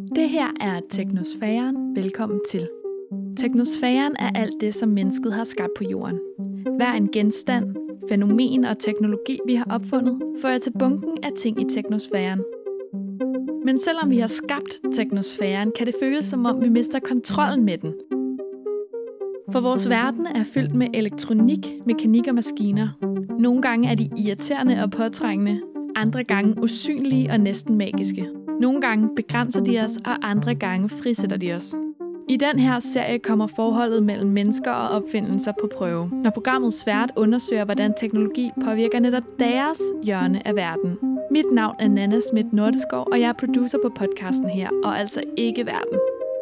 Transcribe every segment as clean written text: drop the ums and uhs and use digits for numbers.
Det her er Teknosfæren. Velkommen til. Teknosfæren er alt det, som mennesket har skabt på jorden. Hver en genstand, fænomen og teknologi, vi har opfundet, fører til bunken af ting i teknosfæren. Men selvom vi har skabt teknosfæren, kan det føles som om, vi mister kontrollen med den. For vores verden er fyldt med elektronik, mekanik og maskiner. Nogle gange er de irriterende og påtrængende, andre gange usynlige og næsten magiske. Nogle gange begrænser de os, og andre gange frisætter de os. I den her serie kommer forholdet mellem mennesker og opfindelser på prøve, når programmet Svært undersøger, hvordan teknologi påvirker netop deres hjørne af verden. Mit navn er Nanna Schmidt Nordeskov, og jeg er producer på podcasten her, og altså ikke verden.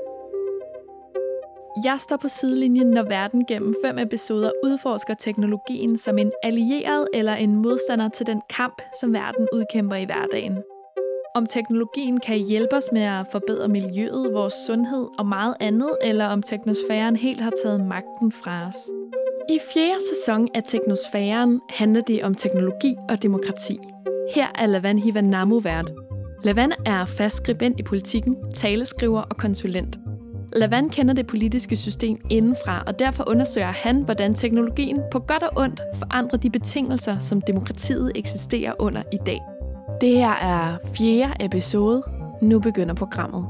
Jeg står på sidelinjen, når verden gennem 5 episoder udforsker teknologien som en allieret eller en modstander til den kamp, som verden udkæmper i hverdagen. Om teknologien kan hjælpe os med at forbedre miljøet, vores sundhed og meget andet, eller om teknosfæren helt har taget magten fra os. I 4. sæson af Teknosfæren handler det om teknologi og demokrati. Her er Lavan Hivanamu vært. Lavan er fast skribent i Politiken, taleskriver og konsulent. Lavan kender det politiske system indenfra, og derfor undersøger han, hvordan teknologien på godt og ondt forandrer de betingelser, som demokratiet eksisterer under i dag. Det her er 4. episode. Nu begynder programmet.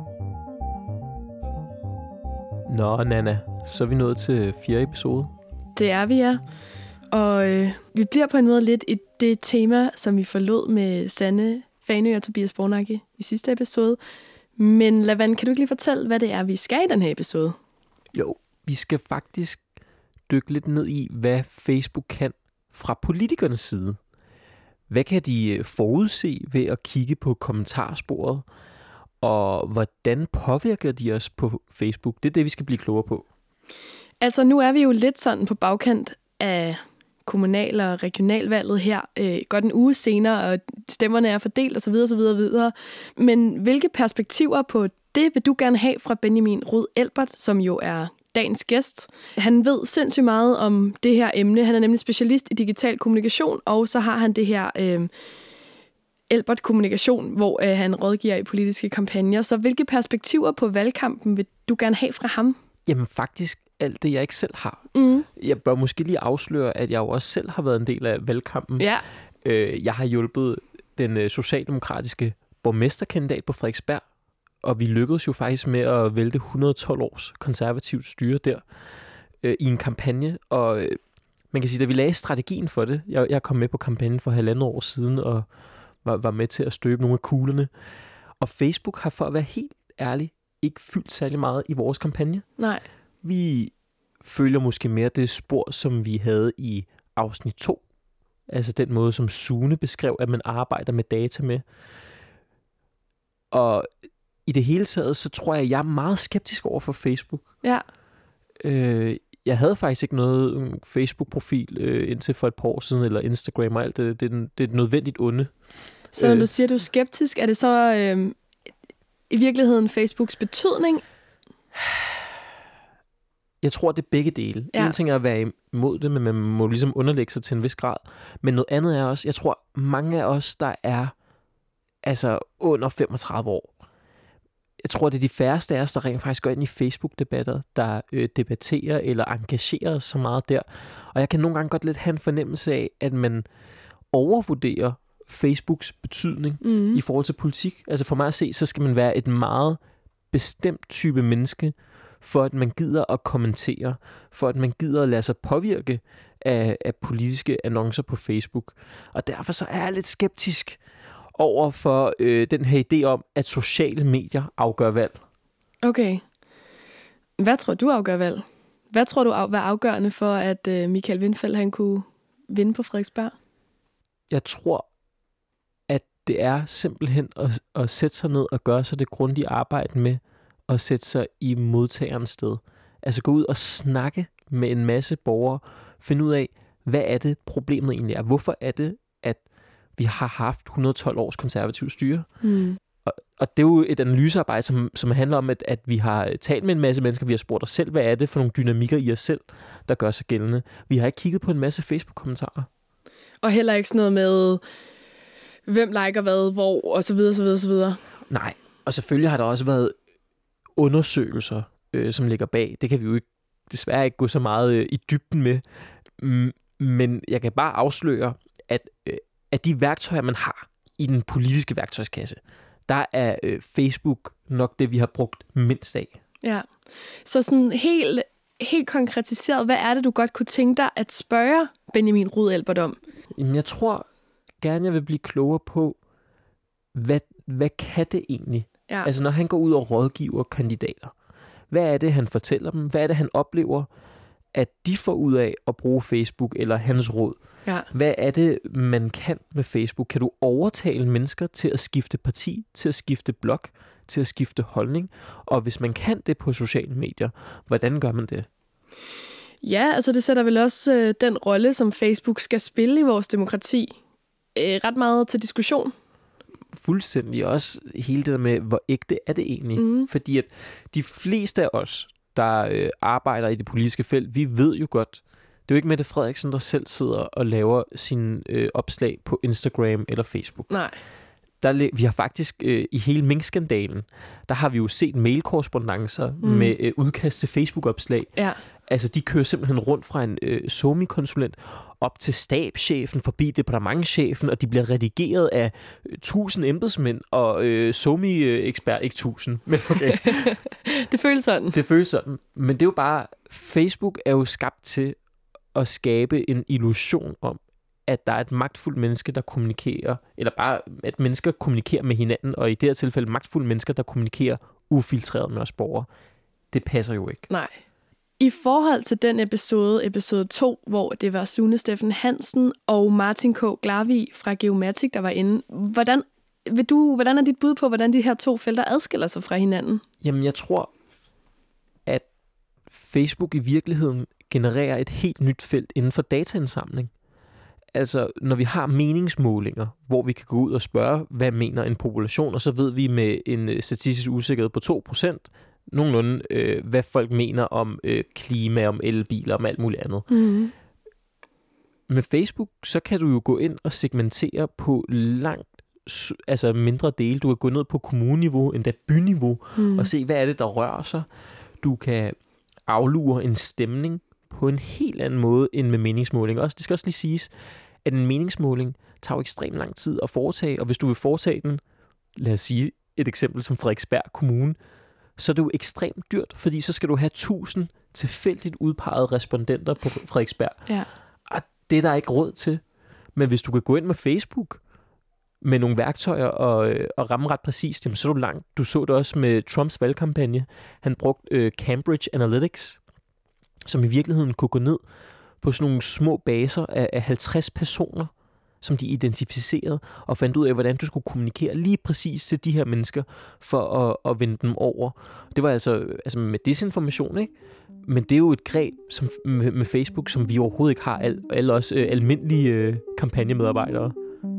Nå, Nanna, så er vi nået til 4. episode. Det er vi, ja. Og vi bliver på en måde lidt i det tema, som vi forlod med Sanne Fanø og Tobias Bornakke i sidste episode. Men Lavan, kan du ikke lige fortælle, hvad det er, vi skal i den her episode? Jo, vi skal faktisk dykke lidt ned i, hvad Facebook kan fra politikernes side. Hvad kan de forudse ved at kigge på kommentarsporet? Og hvordan påvirker de os på Facebook? Det er det, vi skal blive klogere på. Altså, nu er vi jo lidt sådan på bagkant af kommunal- og regionalvalget her. Godt en uge senere, og stemmerne er fordelt osv. osv. Men hvilke perspektiver på det vil du gerne have fra Benjamin Rud Elbert, som jo er dagens gæst? Han ved sindssygt meget om det her emne. Han er nemlig specialist i digital kommunikation, og så har han det her Elbert Kommunikation, hvor han rådgiver i politiske kampagner. Så hvilke perspektiver på valgkampen vil du gerne have fra ham? Jamen faktisk alt det, jeg ikke selv har. Jeg bør måske lige afsløre, at jeg jo også selv har været en del af valgkampen. Ja. Jeg har hjulpet den socialdemokratiske borgmesterkandidat på Frederiksberg, og vi lykkedes jo faktisk med at vælte 112 års konservativt styre der i en kampagne. Og man kan sige, da vi lagde strategien for det, jeg kom med på kampagnen for 1,5 år siden, og var med til at støbe nogle af kuglerne. Og Facebook har, for at være helt ærlig, ikke fyldt særlig meget i vores kampagne. Nej. Vi følger måske mere det spor, som vi havde i afsnit 2. Altså den måde, som Sune beskrev, at man arbejder med data med. Og i det hele taget, så tror jeg er meget skeptisk over for Facebook. Ja. Jeg havde faktisk ikke noget Facebook-profil indtil for et par år siden, eller Instagram og alt det. Det er et nødvendigt onde. Så når du siger, du er skeptisk, er det så i virkeligheden Facebooks betydning? Jeg tror, det er begge dele. Ja. En ting er at være imod det, men man må ligesom underlægge sig til en vis grad. Men noget andet er også, jeg tror, mange af os, der er altså under 35 år, jeg tror, det er de færreste af os, der rent faktisk går ind i Facebook-debatter, der debatterer eller engagerer så meget der. Og jeg kan nogle gange godt lidt have en fornemmelse af, at man overvurderer Facebooks betydning i forhold til politik. Altså for mig at se, så skal man være et meget bestemt type menneske, for at man gider at kommentere, for at man gider at lade sig påvirke af politiske annoncer på Facebook. Og derfor så er jeg lidt skeptisk over for den her idé om, at sociale medier afgør valg. Okay. Hvad tror du afgør valg? Hvad tror du var afgørende for, at Michael Vindfeldt han kunne vinde på Frederiksberg? Jeg tror, at det er simpelthen at sætte sig ned og gøre sig det grundige arbejde med at sætte sig i modtagerens sted. Altså gå ud og snakke med en masse borgere, finde ud af, hvad er det problemet egentlig er? Hvorfor er det, at vi har haft 112 års konservativ styre? Og det er jo et analysearbejde, som handler om, at vi har talt med en masse mennesker, vi har spurgt os selv, hvad er det for nogle dynamikker i os selv, der gør sig gældende. Vi har ikke kigget på en masse Facebook-kommentarer. Og heller ikke sådan noget med, hvem liker hvad, hvor, og så videre, så videre, så videre. Nej, Og selvfølgelig har der også været undersøgelser, som ligger bag. Det kan vi jo desværre ikke gå så meget i dybden med. Men jeg kan bare afsløre, at de værktøjer, man har i den politiske værktøjskasse, der er Facebook nok det, vi har brugt mindst af. Ja, så sådan helt konkretiseret, hvad er det, du godt kunne tænke dig at spørge Benjamin Rud Elbert om? Jamen, jeg tror gerne, jeg vil blive klogere på, hvad kan det egentlig? Ja. Altså, når han går ud og rådgiver kandidater, hvad er det, han fortæller dem? Hvad er det, han oplever, at de får ud af at bruge Facebook eller hans råd? Ja. Hvad er det, man kan med Facebook? Kan du overtale mennesker til at skifte parti, til at skifte blog, til at skifte holdning? Og hvis man kan det på sociale medier, hvordan gør man det? Ja, altså det sætter vel også den rolle, som Facebook skal spille i vores demokrati, ret meget til diskussion. Fuldstændig også hele det der med, hvor ægte er det egentlig? Fordi at de fleste af os, der arbejder i det politiske felt, vi ved jo godt, det er jo ikke Mette Frederiksen, der selv sidder og laver sine opslag på Instagram eller Facebook. Nej. Vi har faktisk i hele Mink-skandalen, der har vi jo set mailkorrespondancer med udkast til Facebook-opslag. Ja. Altså, de kører simpelthen rundt fra en SOMI-konsulent op til stabschefen, forbi departementschefen, og de bliver redigeret af 1000 embedsmænd og SOMI-ekspert. Ikke 1000, men okay. Det føles sådan. Det føles sådan. Men det er jo bare, Facebook er jo skabt til at skabe en illusion om, at der er et magtfuldt menneske, der kommunikerer, eller bare at mennesker kommunikerer med hinanden, og i det her tilfælde magtfulde mennesker, der kommunikerer ufiltreret med os borgere. Det passer jo ikke. Nej. I forhold til den episode 2, hvor det var Sune Steffen Hansen og Martin K. Glarvig fra Geomatic, der var inde, hvordan er dit bud på, hvordan de her to felter adskiller sig fra hinanden? Jamen, jeg tror, at Facebook i virkeligheden genererer et helt nyt felt inden for dataindsamling. Altså, når vi har meningsmålinger, hvor vi kan gå ud og spørge, hvad mener en population, og så ved vi med en statistisk usikkerhed på 2%, nogenlunde, hvad folk mener om klima, om elbiler, om alt muligt andet. Mm-hmm. Med Facebook, så kan du jo gå ind og segmentere på langt mindre dele. Du kan gå ned på kommuneniveau, endda byniveau, og se, hvad er det, der rører sig. Du kan aflure en stemning på en helt anden måde end med meningsmåling. Det skal også lige siges, at en meningsmåling tager jo ekstremt lang tid at foretage, og hvis du vil foretage den, lad os sige et eksempel som Frederiksberg Kommune, så er det jo ekstremt dyrt, fordi så skal du have 1000 tilfældigt udpegede respondenter på Frederiksberg. Ja. Og det er der ikke råd til. Men hvis du kan gå ind med Facebook med nogle værktøjer og ramme ret præcist, jamen, så er du langt. Du så det også med Trumps valgkampagne. Han brugte Cambridge Analytics, som i virkeligheden kunne gå ned på sådan nogle små baser af 50 personer, som de identificerede, og fandt ud af, hvordan du skulle kommunikere lige præcis til de her mennesker, for at vinde dem over. Det var altså med desinformation, ikke? Men det er jo et greb som, med Facebook, som vi overhovedet ikke har, alle også almindelige kampagnemedarbejdere.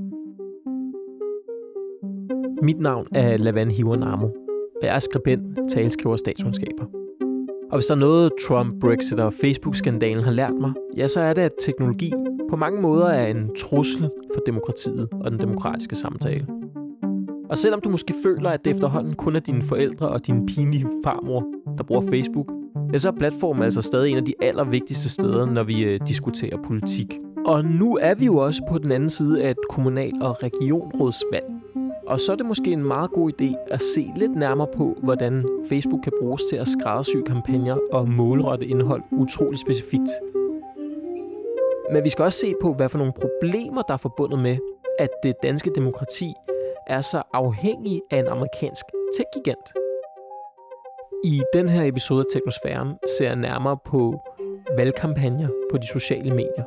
Mit navn er Lavan Hiver-Namo, og jeg er skribent, taleskriver og statskundskaber. Og hvis der er noget Trump, Brexit og Facebook-skandalen har lært mig, ja, så er det, at teknologi på mange måder er en trussel for demokratiet og den demokratiske samtale. Og selvom du måske føler, at det efterhånden kun er dine forældre og din pinlige farmor, der bruger Facebook, ja, så er platformen altså stadig en af de allervigtigste steder, når vi diskuterer politik. Og nu er vi jo også på den anden side af et kommunal- og regionsrådsvalg. Og så er det måske en meget god idé at se lidt nærmere på, hvordan Facebook kan bruges til at skræddersy kampagner og målrette indhold utroligt specifikt. Men vi skal også se på, hvad for nogle problemer, der er forbundet med, at det danske demokrati er så afhængig af en amerikansk tech-gigant. I den her episode af Teknosfæren ser jeg nærmere på valgkampagner på de sociale medier.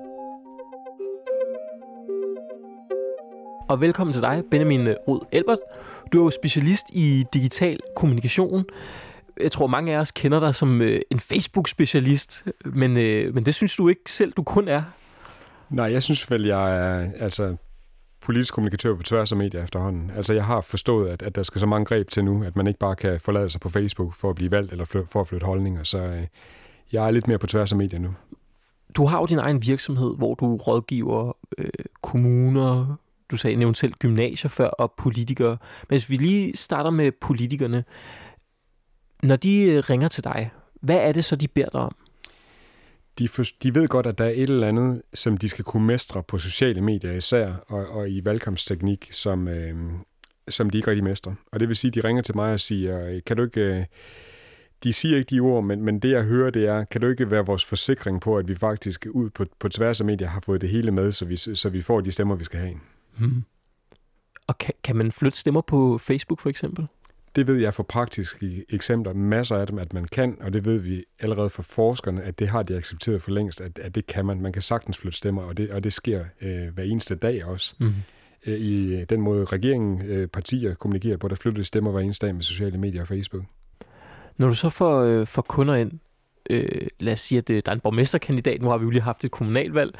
Og velkommen til dig, Benjamin Rud Elbert. Du er jo specialist i digital kommunikation. Jeg tror, mange af os kender dig som en Facebook-specialist, men det synes du ikke selv, du kun er. Nej, jeg synes vel, jeg er politisk kommunikatør på tværs af medier efterhånden. Altså, jeg har forstået, at der skal så mange greb til nu, at man ikke bare kan forlade sig på Facebook for at blive valgt eller for at flytte holdninger. Så jeg er lidt mere på tværs af medier nu. Du har jo din egen virksomhed, hvor du rådgiver kommuner, du sagde nævnt selv gymnasier før, og politikere. Men hvis vi lige starter med politikerne. Når de ringer til dig, hvad er det så, de beder dig om? De ved godt, at der er et eller andet, som de skal kunne mestre på sociale medier især, og i valgkampsteknik, som de ikke rigtig mestrer. Og det vil sige, at de ringer til mig og siger, kan du ikke... De siger ikke de ord, men det jeg hører, det er, kan du ikke være vores forsikring på, at vi faktisk ud på tværs af medier har fået det hele med, så vi får de stemmer, vi skal have. Og kan man flytte stemmer på Facebook for eksempel? Det ved jeg fra praktiske eksempler, masser af dem, at man kan, og det ved vi allerede fra forskerne, at det har de accepteret for længst, at det kan man. Man kan sagtens flytte stemmer, og det sker hver eneste dag også. I den måde regeringen, partier kommunikerer på, der flytter stemmer hver eneste dag med sociale medier og Facebook. Når du så får kunder ind, lad os sige, at der er en borgmesterkandidat, nu har vi jo lige haft et kommunalvalg.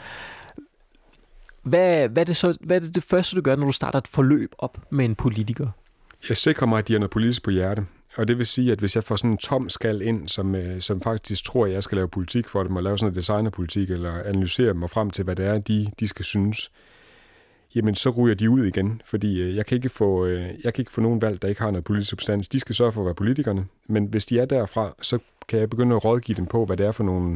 Hvad er det første, du gør, når du starter et forløb op med en politiker? Jeg sikrer mig, at de har noget politisk på hjerte. Og det vil sige, at hvis jeg får sådan en tom skal ind, som faktisk tror, at jeg skal lave politik for dem, og lave sådan noget designerpolitik, eller analysere mig frem til, hvad det er, de skal synes, jamen så ryger de ud igen. Fordi jeg kan ikke få nogen valg, der ikke har noget politisk substans. De skal sørge for at være politikerne. Men hvis de er derfra, så kan jeg begynde at rådgive dem på, hvad det er for nogle...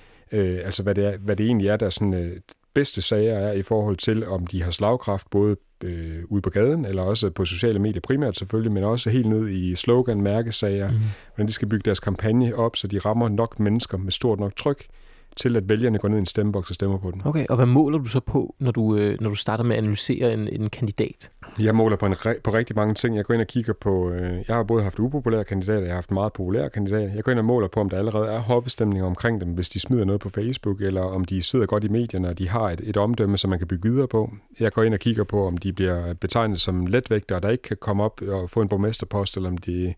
hvad det egentlig er, der sådan... bedste sager er i forhold til, om de har slagkraft, både ude på gaden, eller også på sociale medier primært selvfølgelig, men også helt ned i slogan, mærkesager, hvordan de skal bygge deres kampagne op, så de rammer nok mennesker med stort nok tryk, til at vælgerne går ned i en stemmeboks og stemmer på den. Okay, og hvad måler du så på, når du starter med at analysere en kandidat? Jeg måler på rigtig mange ting. Jeg går ind og kigger på... jeg har både haft upopulære kandidater, jeg har haft meget populære kandidater. Jeg går ind og måler på, om der allerede er hoppestemninger omkring dem, hvis de smider noget på Facebook, eller om de sidder godt i medierne, og de har et omdømme, som man kan bygge videre på. Jeg går ind og kigger på, om de bliver betegnet som letvægtere, der ikke kan komme op og få en borgmesterpost, eller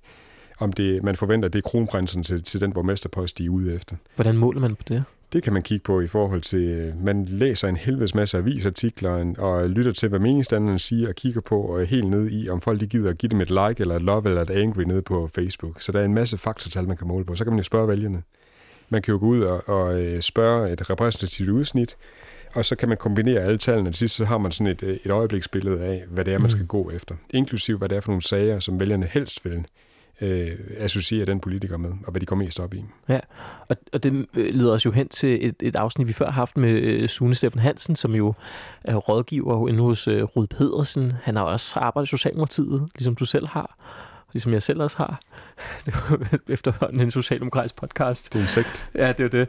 om man forventer, at det er kronprinsen til den borgmesterpost, de er ude efter. Hvordan måler man på det? Det kan man kigge på i forhold til, man læser en helvedes masse avisartikler og lytter til, hvad meningsdannerne siger, og kigger på og helt ned i, om folk de gider at give dem et like eller et love eller et angry nede på Facebook. Så der er en masse faktortal, man kan måle på. Så kan man jo spørge vælgerne. Man kan jo gå ud og spørge et repræsentativt udsnit, og så kan man kombinere alle tallene, og til sidst så har man sådan et øjebliksbillede af, hvad det er, man skal gå efter. Inklusiv, hvad det er for nogle sager, som vælgerne helst vil associere den politiker med, og hvad de går mest op i. Ja, og det leder os jo hen til et afsnit, vi før har haft med Sune Steffen Hansen, som jo er rådgiver inde hos Rud Pedersen. Han har også arbejdet i Socialdemokratiet, ligesom du selv har, og ligesom jeg selv også har. Det var efterhånden en socialdemokratisk podcast. Det er en sekt. Ja, det er det.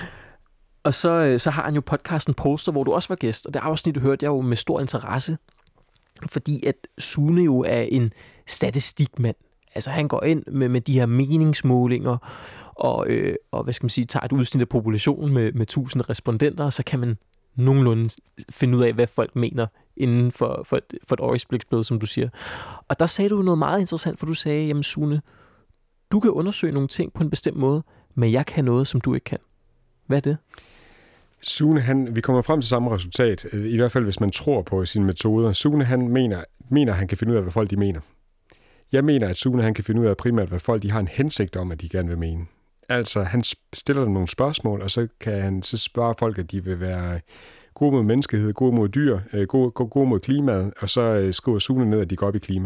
Og så har han jo podcasten Poster, hvor du også var gæst, og det afsnit hørte jeg jo med stor interesse, fordi at Sune jo er en statistikmand. Altså han går ind med de her meningsmålinger og hvad skal man sige, tager et udsnit af populationen med 1000 respondenter, og så kan man nogenlunde finde ud af, hvad folk mener inden for et øjebliksbillede, som du siger. Og der sagde du noget meget interessant, for du sagde, jamen Sune, du kan undersøge nogle ting på en bestemt måde, men jeg kan noget, som du ikke kan. Hvad er det? Sune, vi kommer frem til samme resultat, i hvert fald hvis man tror på sine metoder. Sune, han mener, han kan finde ud af, hvad folk de mener. Jeg mener, at Sune han kan finde ud af primært, hvad folk de har en hensigt om, at de gerne vil mene. Altså, han stiller dem nogle spørgsmål, og så kan han så spørge folk, at de vil være gode mod menneskehed, gode mod dyr, gode mod klimaet, og så skriver Sune ned, at de går op i klima.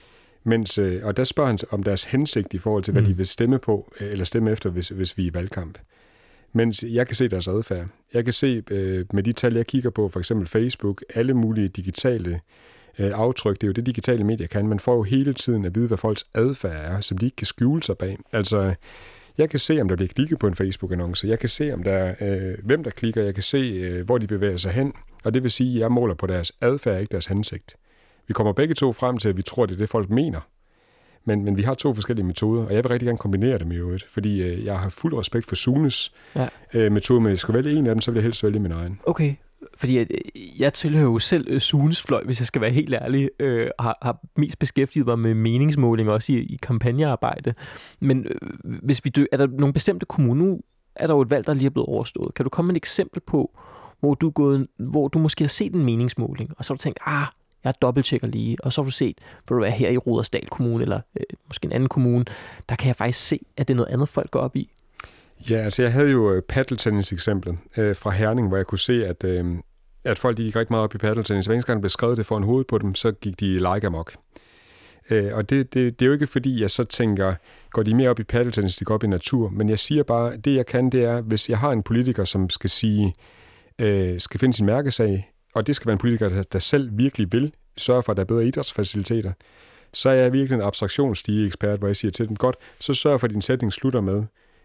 Og der spørger han om deres hensigt i forhold til, hvad de vil stemme på, eller stemme efter, hvis vi er i valgkamp. Mens jeg kan se deres adfærd. Jeg kan se med de tal, jeg kigger på, for eksempel Facebook, alle mulige digitale aftryk, det er jo det digitale medier kan. Man får jo hele tiden at vide, hvad folks adfærd er, som de ikke kan skjule sig bag. Altså, jeg kan se, om der bliver klikket på en Facebook-annonce. Jeg kan se, om der er, hvem der klikker. Jeg kan se, hvor de bevæger sig hen. Og det vil sige, at jeg måler på deres adfærd, ikke deres hensigt. Vi kommer begge to frem til, at vi tror, det er det, folk mener. Men vi har to forskellige metoder, og jeg vil rigtig gerne kombinere dem i øvrigt, fordi jeg har fuld respekt for Sunes metode, men jeg skal vælge en af dem, så vil jeg helst vælge min egen. Okay. Fordi jeg tilhører jo selv Sunes fløj, hvis jeg skal være helt ærlig, har mest beskæftiget mig med meningsmåling også i kampagnearbejde. Men hvis er der nogle bestemte kommuner, nu er der jo et valg, der lige er blevet overstået. Kan du komme med et eksempel på, hvor du måske har set en meningsmåling, og så har du tænkt, jeg dobbelttjekker lige, og så har du set, hvor du er her i Rudersdal Kommune, eller måske en anden kommune, der kan jeg faktisk se, at det er noget andet, folk går op i. Ja, altså jeg havde jo paddeltennis-eksemplet fra Herning, hvor jeg kunne se, at folk de gik rigtig meget op i paddeltennis. Hver eneste gang, der blev skrevet det foran hovedet på dem, så gik de like amok. Og det er jo ikke fordi, jeg så tænker, går de mere op i paddeltennis, de går op i natur. Men jeg siger bare, det jeg kan, det er, hvis jeg har en politiker, som skal sige, skal finde sin mærkesag, og det skal være en politiker, der selv virkelig vil sørge for, at der er bedre idrætsfaciliteter, så er jeg virkelig en abstraktionsstige-ekspert, hvor jeg siger til dem, godt, så sørg for, at din sætning slutter med,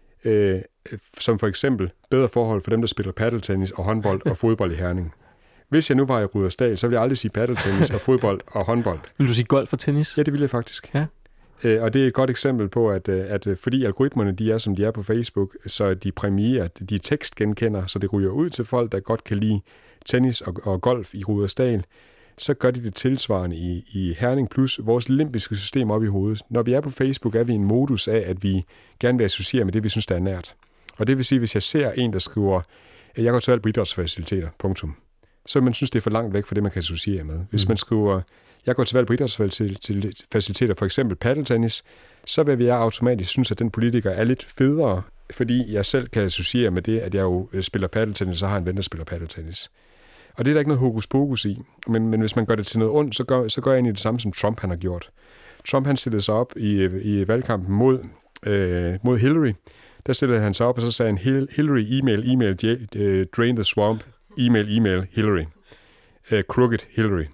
som for eksempel bedre forhold for dem, der spiller paddeltennis og håndbold og fodbold i Herning. Hvis jeg nu var i Rudersdal, så ville jeg aldrig sige paddeltennis og fodbold og håndbold. Vil du sige golf og tennis? Ja, det ville jeg faktisk. Ja. Og det er et godt eksempel på, at fordi algoritmerne de er, som de er på Facebook, så de præmierer, de tekstgenkender, så det ryger ud til folk, der godt kan lide tennis og golf i Rudersdal, så gør de det tilsvarende i Herning plus vores limbiske system op i hovedet. Når vi er på Facebook, er vi i en modus af, at vi gerne vil associere med det, vi synes, der er nært. Og det vil sige, hvis jeg ser en, der skriver, jeg går til valg på idrætsfaciliteter, punktum, så man synes, det er for langt væk fra det, man kan associere med. Hvis man skriver, jeg går til valg på idrætsfaciliteter, for eksempel paddeltennis, så vil jeg automatisk synes, at den politiker er lidt federe, fordi jeg selv kan associere med det, at jeg jo spiller paddeltennis, så har en ven, der spiller paddeltennis. Og det er der ikke noget hokus pokus i. Men hvis man gør det til noget ondt, så gør jeg egentlig det samme, som Trump han har gjort. Trump han stillede sig op i valgkampen mod Hillary. Der stillede han sig op, og så sagde han, Hillary, email, drain the swamp, email, Hillary. Crooked Hillary.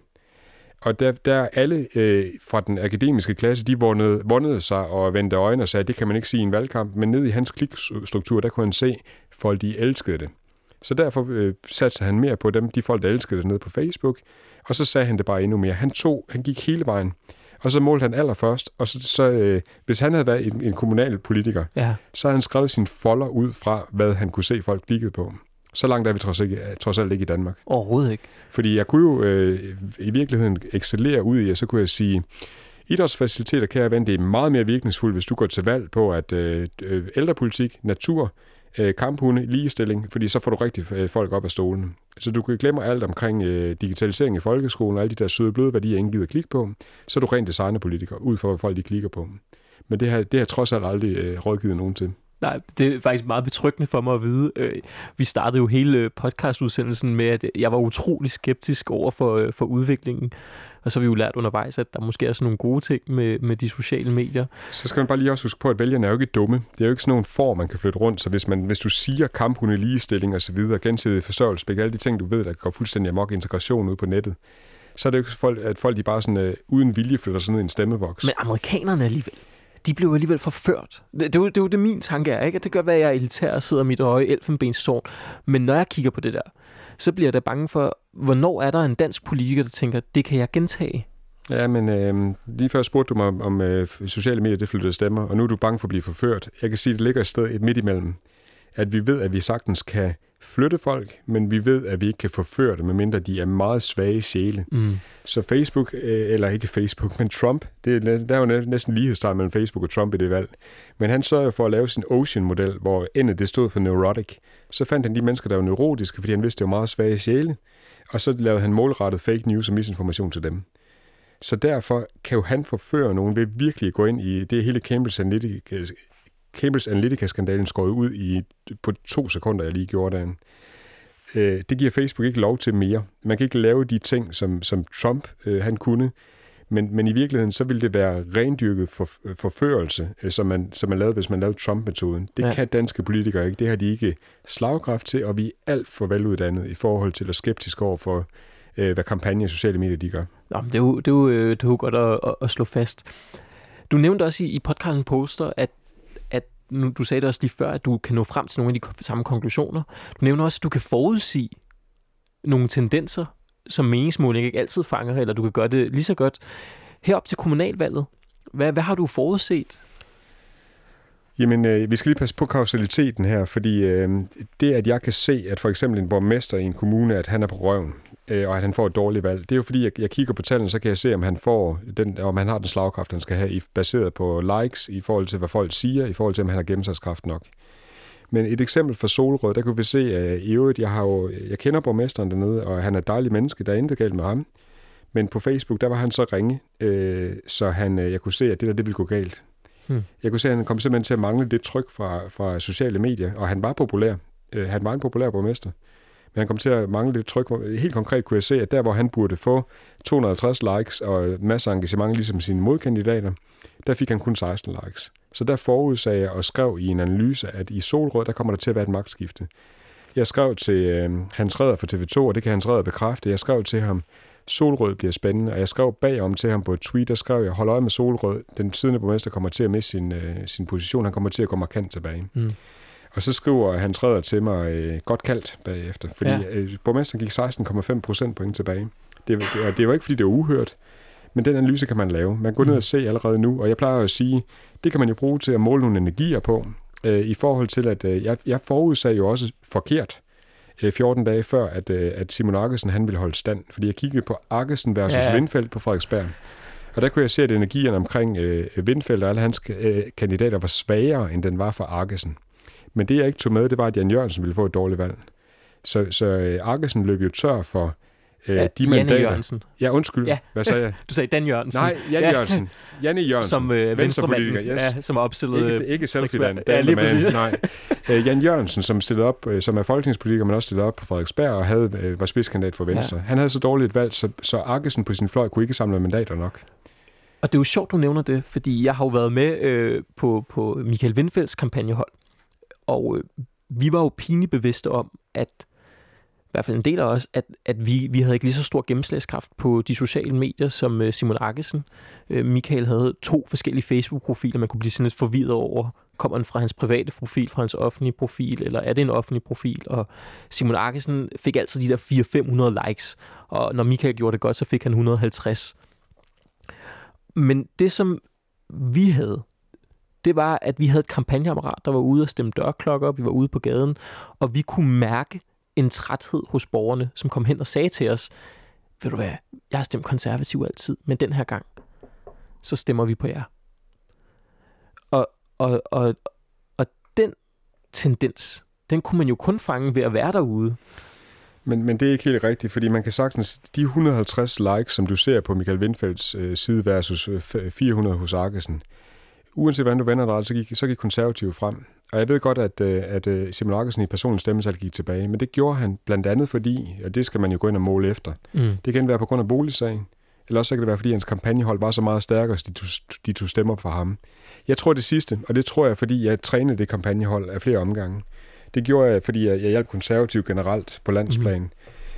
Og der alle fra den akademiske klasse, de vundede sig og vendte øjne og sagde, det kan man ikke sige i en valgkamp, men ned i hans klikstruktur, der kunne han se, folk de elskede det. Så derfor satte han mere på de folk, der elskede det ned på Facebook, og så sagde han det bare endnu mere. Han gik hele vejen, og så målte han allerførst, og så hvis han havde været en kommunal politiker, så havde han skrevet sin folder ud fra, hvad han kunne se, folk klikkede på. Så langt er vi trods alt ikke i Danmark. Overhovedet ikke. Fordi jeg kunne jo i virkeligheden excellere ud i, og så kunne jeg sige, idrætsfaciliteter, kære ven, det er meget mere virkningsfuldt, hvis du går til valg på, at ældrepolitik, natur, kamphunde, ligestilling, fordi så får du rigtig folk op af stolen. Så du kan glemme alt omkring digitalisering i folkeskolen, og alle de der søde bløde værdier, ingen gider klikke på, så er du rent designerpolitiker, ud for, hvad folk de klikker på. Men det har trods alt aldrig rådgivet nogen til. Nej, det er faktisk meget betryggende for mig at vide. Vi startede jo hele podcastudsendelsen med, at jeg var utrolig skeptisk over for udviklingen. Og så har vi jo lært undervejs, at der måske er sådan nogle gode ting med de sociale medier. Så skal man bare lige også huske på, at vælgerne er jo ikke dumme. Det er jo ikke sådan nogle form, man kan flytte rundt. Så hvis du siger kamphunde, ligestilling og så videre, gensidig forsørgelsespligt, alle de ting, du ved, der går fuldstændig amok integration ud på nettet, så er det jo ikke at folk de bare sådan, uden vilje flytter sig ned i en stemmeboks. Men amerikanerne alligevel, de blev alligevel forført. Det er jo det min tanke er, ikke? At det gør, at jeg er elitær og sidder i mit høje elfenbenstårn. Men når jeg kigger på det der, så bliver jeg bange for, hvornår er der en dansk politiker, der tænker, det kan jeg gentage? Ja, men lige før spurgte du mig om sociale medier, det flyttede stemmer, og nu er du bange for at blive forført. Jeg kan sige, at det ligger et sted midt imellem. At vi ved, at vi sagtens kan flytte folk, men vi ved, at vi ikke kan forføre dem, medmindre de er meget svage sjæle. Så Facebook, eller ikke Facebook, men Trump, der er jo næsten lighedstegn mellem Facebook og Trump i det valg. Men han sørgede for at lave sin Ocean-model, hvor endet det stod for neurotic. Så fandt han de mennesker, der var neurotiske, fordi han vidste, det var meget svage sjæle. Og så lavede han målrettet fake news og misinformation til dem. Så derfor kan jo han forføre nogen ved virkelig at gå ind i det hele Cambridge Analytica-skandalen skåret ud på 2 sekunder, jeg lige gjorde derinde. Det giver Facebook ikke lov til mere. Man kan ikke lave de ting, som Trump han kunne, men i virkeligheden så ville det være rendyrket forførelse, som man lavede, hvis man lavede Trump-metoden. Det kan danske politikere ikke. Det har de ikke slagkraft til, og vi er alt for veluddannet i forhold til at skeptisk over for, hvad kampagner i sociale medier de gør. Nå, det er jo godt at slå fast. Du nævnte også i podcasten Poster, at nu, du sagde det også lige før, at du kan nå frem til nogle af de samme konklusioner. Du nævner også, at du kan forudsige nogle tendenser, som meningsmåling ikke altid fanger, eller du kan gøre det lige så godt. Herop til kommunalvalget, hvad har du forudset? Jamen, vi skal lige passe på kausaliteten her, fordi det, at jeg kan se, at for eksempel en borgmester i en kommune, at han er på røven, og at han får et dårligt valg, det er jo fordi, jeg kigger på tallene, så kan jeg se, om han har den slagkraft, han skal have, baseret på likes, i forhold til, hvad folk siger, i forhold til, om han har gennemslagskraft nok. Men et eksempel fra Solrød, der kunne vi se, at i øvrigt, jeg kender borgmesteren dernede, og han er et dejligt menneske, der er intet galt med ham. Men på Facebook, der var han så ringe, så jeg kunne se, at det ville gå galt. Jeg kunne se, at han kom simpelthen til at mangle det tryk fra sociale medier, og han var populær. Han var en populær borgmester. Men han kom til at mangle lidt tryk. Helt konkret kunne jeg se, at der, hvor han burde få 250 likes og masser af engagement, ligesom sine modkandidater, der fik han kun 16 likes. Så der forudsagde jeg og skrev i en analyse, at i Solrød, der kommer der til at være et magtskifte. Jeg skrev til Hans Redder fra TV2, og det kan Hans Redder bekræfte. Jeg skrev til ham, Solrød bliver spændende, og jeg skrev bagom til ham på et tweet, der skrev jeg, hold øje med Solrød. Den siddende borgmester kommer til at miste sin position, han kommer til at gå markant tilbage. Og så skriver Hans Redder til mig, godt kaldt bagefter, fordi borgmesteren gik 16,5% point tilbage. Det var ikke, fordi det var uhørt, men den analyse kan man lave. Man går ned og se allerede nu, og jeg plejer at sige, det kan man jo bruge til at måle nogle energier på, i forhold til, at jeg forudsagde jo også forkert 14 dage før, at Simon Aggesen han ville holde stand, fordi jeg kiggede på Aggesen versus Vindfeldt på Frederiksberg. Og der kunne jeg se, at energierne omkring Vindfeldt og alle hans kandidater var svagere, end den var for Aggesen. Men det, jeg ikke tog med, det var, at Jan Jørgensen ville få et dårligt valg. Så Aggesen løb jo tør for de mandater. Janne Jørgensen. Ja, undskyld. Ja. Hvad sagde jeg? Du sagde Dan Jørgensen. Nej, Janne Jørgensen. Janne Jørgensen. Som venstremanden, som er opstillet. Ikke selfie-Dan. Ja, lige præcis. Nej. Jan Jørgensen, som stillede op, som er folketingspolitiker, men også stillede op på Frederiksberg og var spidskandidat for Venstre. Ja. Han havde så dårligt et valg, så Aggesen på sin fløj kunne ikke samle mandater nok. Og det er jo sjovt, du nævner det, fordi jeg har jo været med på Michael Vindfeldts kampagnehold. Og vi var jo pinligt bevidste om, at i hvert fald en del af os, at vi havde ikke lige så stor gennemslagskraft på de sociale medier som Simon Aggesen. Michael havde 2 forskellige Facebook-profiler, man kunne blive sådan lidt forvirret over. Kommer den fra hans private profil, fra hans offentlige profil, eller er det en offentlig profil? Og Simon Aggesen fik altid de der 400-500 likes, og når Michael gjorde det godt, så fik han 150. Men det, som vi havde, det var, at vi havde et kampagneapparat, der var ude og stemme dørklokker, vi var ude på gaden, og vi kunne mærke en træthed hos borgerne, som kom hen og sagde til os, ved du hvad, jeg har stemt konservativ altid, men den her gang, så stemmer vi på jer. Og den tendens, den kunne man jo kun fange ved at være derude. Men det er ikke helt rigtigt, fordi man kan sagtens, de 150 likes, som du ser på Michael Vindfeldts side versus 400 hos Aggesen, uanset hvordan du vender dig, så gik konservative frem. Og jeg ved godt, at Simon Aggesen i personlig stemmetal gik tilbage, men det gjorde han blandt andet fordi, og det skal man jo gå ind og måle efter, det kan være på grund af boligsagen, eller også så kan det være, fordi hans kampagnehold var så meget stærkere, så de tog stemmer for ham. Jeg tror det sidste, og det tror jeg, fordi jeg trænede det kampagnehold af flere omgange. Det gjorde jeg, fordi jeg hjalp konservativ generelt på landsplan.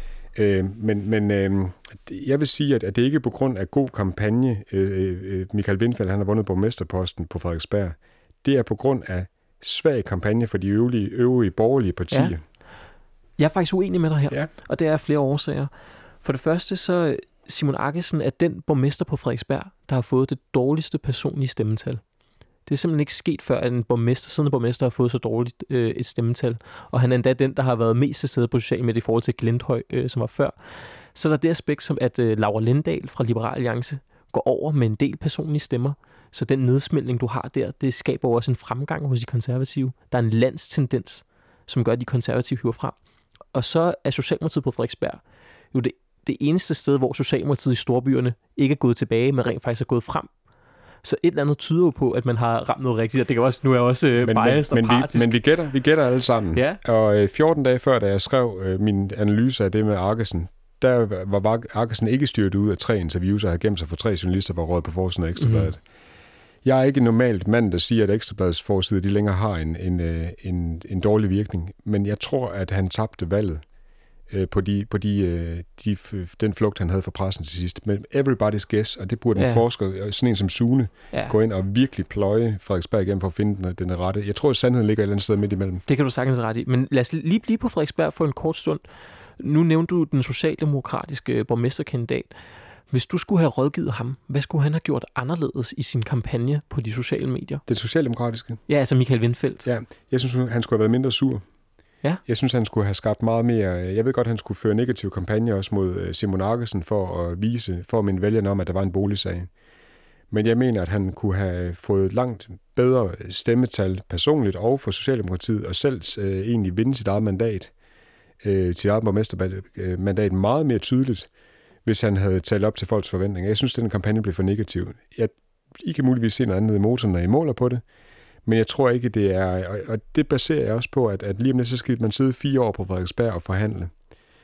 Men jeg vil sige, at det ikke er på grund af god kampagne, Michael Vindfeldt han har vundet borgmesterposten på Frederiksberg. Det er på grund af svag kampagne for de øvrige borgerlige partier. Ja. Jeg er faktisk uenig med dig her, og det er flere årsager. For det første, så Simon Aggesen er den borgmester på Frederiksberg, der har fået det dårligste personlige stemmetal. Det er simpelthen ikke sket før, at en siddende borgmester har fået så dårligt et stemmetal. Og han er endda den, der har været mest til stede på sociale medier i forhold til Glenthøj, som var før. Så der er det aspekt, som at Laura Lindahl fra Liberal Alliance går over med en del personlige stemmer. Så den nedsmeltning, du har der, det skaber også en fremgang hos de konservative. Der er en landstendens, som gør, at de konservative hiver frem. Og så er Socialdemokratiet på Frederiksberg jo det eneste sted, hvor Socialdemokratiet i storbyerne ikke er gået tilbage, men rent faktisk er gået frem. Så et eller andet tyder jo på, at man har ramt noget rigtigt. Det kan også, nu er jeg også biased og partisk. Men vi gætter alle sammen. Ja. Og 14 dage før, da jeg skrev min analyse af det med Aggesen, der var Aggesen ikke styrt ud af 3 interviews, og havde gemt sig for 3 journalister, var råd på forsiden af Ekstrabladet. Jeg er ikke en normalt mand, der siger, at Ekstrabladets forside de længere har en dårlig virkning. Men jeg tror, at han tabte valget på den flugt, han havde fra pressen til sidst. Men everybody's guess, og det burde en forsker, sådan en som Sune, gå ind og virkelig pløje Frederiksberg igennem for at finde den rette. Jeg tror, at sandheden ligger et eller andet sted midt imellem. Det kan du sagtens ret i. Men lad os lige blive på Frederiksberg for en kort stund. Nu nævnte du den socialdemokratiske borgmesterkandidat. Hvis du skulle have rådgivet ham, hvad skulle han have gjort anderledes i sin kampagne på de sociale medier? Den socialdemokratiske? Ja, altså Michael Vindfeldt. Ja, jeg synes, han skulle have været mindre sur. Ja. Jeg synes, han skulle have skabt meget mere. Jeg ved godt, han skulle føre negativ kampagne også mod Simon Aggesen for at minde vælgerne om, at der var en boligsag. Men jeg mener, at han kunne have fået langt bedre stemmetal personligt og for Socialdemokratiet, og selv egentlig vinde sit eget mandat, sit eget borgmestermandat meget mere tydeligt, hvis han havde talt op til folks forventninger. Jeg synes, at den kampagne blev for negativ. I kan muligvis se noget andet i motoren, når I måler på det, men jeg tror ikke, det er... Og det baserer jeg også på, at lige om lidt, så skal man sidde 4 år på Frederiksberg og forhandle.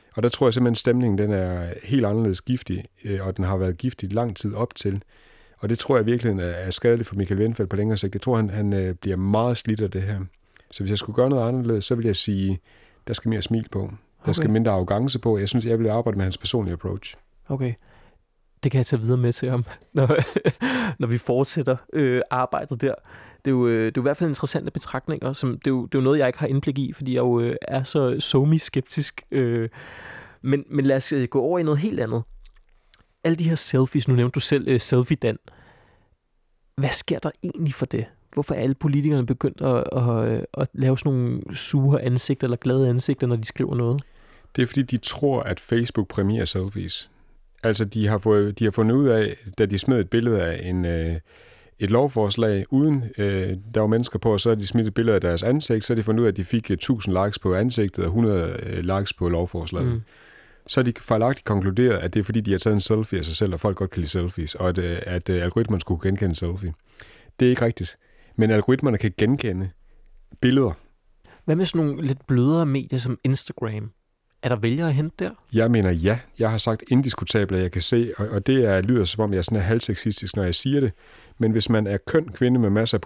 Og der tror jeg simpelthen, at stemningen den er helt anderledes giftig, og den har været giftig lang tid op til. Og det tror jeg virkelig er skadeligt for Michael Vindfeldt på længere sigt. Jeg tror, han bliver meget slidt af det her. Så hvis jeg skulle gøre noget anderledes, så vil jeg sige, der skal mere smil på. Der skal mindre arrogance på. Jeg synes, jeg vil arbejde med hans personlige approach. Okay. Det kan jeg tage videre med til ham, når vi fortsætter arbejdet der. Det er jo i hvert fald interessante betragtninger. Det er jo noget, jeg ikke har indblik i, fordi jeg jo er så somi-skeptisk. Men lad os gå over i noget helt andet. Alle de her selfies, nu nævnte du selv selfie-Dan. Hvad sker der egentlig for det? Hvorfor er alle politikerne begyndt at lave sådan nogle sure ansigter eller glade ansigter, når de skriver noget? Det er fordi, de tror, at Facebook præmierer selfies. Altså, de har fundet ud af, da de smed et billede af et lovforslag, uden der var mennesker på, og så har de smidt et billede af deres ansigt, så har de fundet ud af, at de fik 1000 likes på ansigtet og 100 likes på lovforslaget. Mm. Så har de fejlagtigt konkluderet, at det er fordi, de har taget en selfie af sig selv, og folk godt kan lide selfies, og at algoritmerne skulle genkende selfie. Det er ikke rigtigt. Men algoritmerne kan genkende billeder. Hvad med sådan nogle lidt blødere medier som Instagram? Er der vælgere at hente der? Jeg mener ja. Jeg har sagt indiskutabelt, at jeg kan se, og det lyder som om, jeg er sådan halvsexistisk, når jeg siger det. Men hvis man er køn kvinde med masser af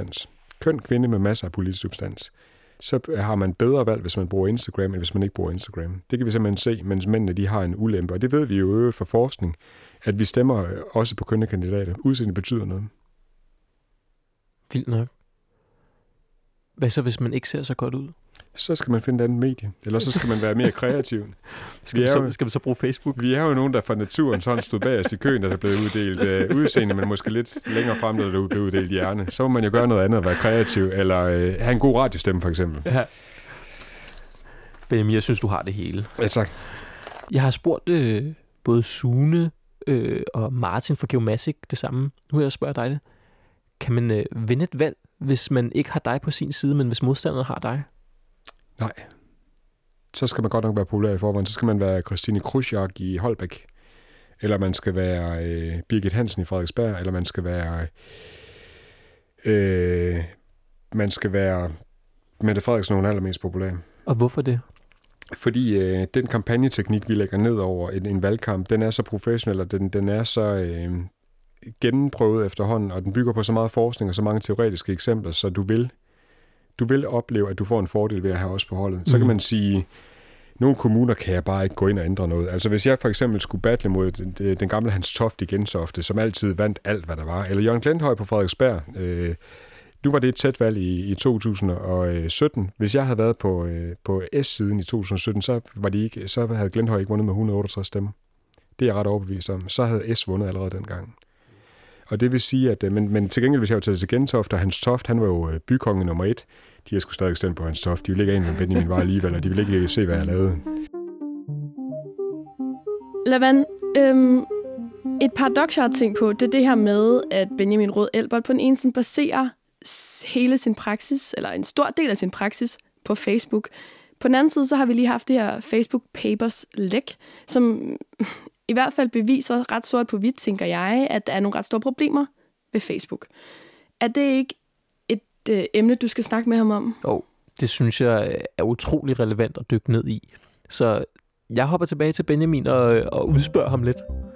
politisk substans, så har man bedre valg, hvis man bruger Instagram, end hvis man ikke bruger Instagram. Det kan vi simpelthen se, mens mændene de har en ulempe. Og det ved vi jo øvrigt fra forskning, at vi stemmer også på kønnekandidater. Udseende betyder noget. Vildt nok. Hvad så, hvis man ikke ser så godt ud? Så skal man finde et andet medie. Eller så skal man være mere kreativ. Skal vi så bruge Facebook? Vi er jo nogen, der fra naturens hånd stod bagerst i køen, da der blev uddelt udseende, men måske lidt længere frem, da der blev uddelt hjerne. Så må man jo gøre noget andet, at være kreativ, eller have en god radiostemme, for eksempel. Ja. Benjamin, jeg synes, du har det hele. Ja, tak. Jeg har spurgt både Sune og Martin fra Geomatic det samme. Nu vil jeg spørge dig det. Kan man vinde et valg, hvis man ikke har dig på sin side, men hvis modstanderen har dig? Nej. Så skal man godt nok være populær i forvejen. Så skal man være Christine Krusjak i Holbæk. Eller man skal være Birgit Hansen i Frederiksberg. Eller man skal være Mette Frederiksen, hun er allermest populær. Og hvorfor det? Fordi den kampagneteknik, vi lægger ned over en valgkamp, den er så professionel, og den er så gennemprøvet efterhånden, og den bygger på så meget forskning og så mange teoretiske eksempler, så du vil opleve, at du får en fordel ved at have os på holdet. Så kan man sige, nogle kommuner kan jeg bare ikke gå ind og ændre noget. Altså hvis jeg for eksempel skulle battle mod den gamle Hans Toft i Gentofte, som altid vandt alt, hvad der var, eller Jørgen Glenthøj på Frederiksberg, nu var det et tæt valg i 2017. Hvis jeg havde været på S-siden i 2017, så havde Glenthøj ikke vundet med 168 stemmer. Det er jeg ret overbevist om. Så havde S vundet allerede dengang. Og det vil sige, at men til gengæld, hvis jeg var taget til Gentofte, og Hans Toft, han var jo bykonge nummer 1, de har sgu stadig stemt på Hans Toft. De ville ikke ind med Benjamin var alligevel, og de ville ikke se, hvad jeg lavede. Lavan, et paradoks, jeg har tænkt på, det er det her med, at Benjamin Rød Elbert på den ene side baserer hele sin praksis, eller en stor del af sin praksis, på Facebook. På den anden side, så har vi lige haft det her Facebook Papers læk, som i hvert fald beviser ret sort på hvidt, tænker jeg, at der er nogle ret store problemer ved Facebook. Er det ikke et emne, du skal snakke med ham om? Jo, det synes jeg er utrolig relevant at dykke ned i. Så jeg hopper tilbage til Benjamin og udspørger ham lidt.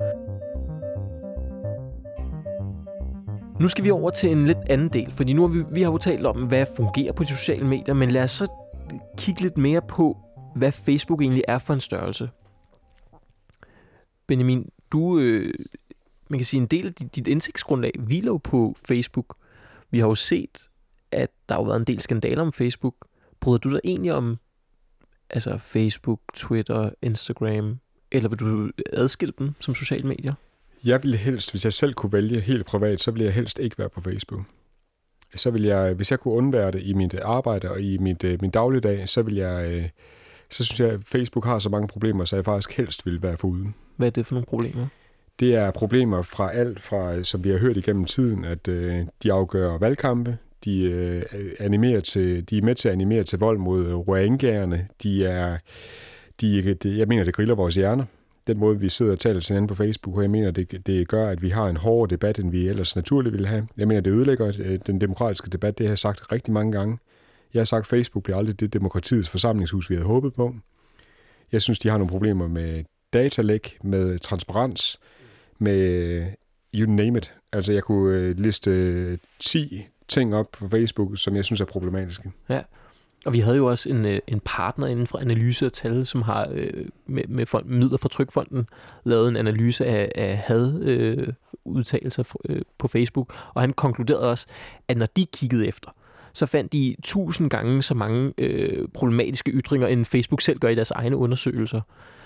Nu skal vi over til en lidt anden del, fordi nu har vi har jo talt om, hvad fungerer på de sociale medier, men lad os så kigge lidt mere på, hvad Facebook egentlig er for en størrelse. Benjamin, man kan sige, en del af dit indtægtsgrundlag hviler jo på Facebook. Vi har jo set, at der har været en del skandaler om Facebook. Bryder du dig egentlig om Facebook, Twitter, Instagram, eller vil du adskille dem som sociale medier? Jeg ville helst, hvis jeg selv kunne vælge helt privat, så ville jeg helst ikke være på Facebook. Så vil jeg, hvis jeg kunne undvære det i mit arbejde og i min dagligdag, så synes jeg, at Facebook har så mange problemer, så jeg faktisk helst ville være foruden. Hvad er det for nogle problemer? Det er problemer fra alt fra, som vi har hørt igennem tiden, at de afgør valgkampe, de er med til at animere til vold mod rohingyaerne, jeg mener, det griller vores hjerner. Den måde, vi sidder og taler til hinanden på Facebook, og jeg mener, det gør, at vi har en hårdere debat, end vi ellers naturligt ville have. Jeg mener, det ødelægger den demokratiske debat, det har jeg sagt rigtig mange gange. Jeg har sagt, at Facebook bliver aldrig det demokratiets forsamlingshus, vi havde håbet på. Jeg synes, de har nogle problemer med datalæk, med transparens, med you name it. Altså, jeg kunne liste 10 ting op på Facebook, som jeg synes er problematiske. Ja, og vi havde jo også en partner inden for analyse af tal, som har med midler fra Trykfonden lavet en analyse af hadudtalelser på Facebook, og han konkluderede også, at når de kiggede efter, så fandt de 1000 gange så mange problematiske ytringer, end Facebook selv gør i deres egne undersøgelser.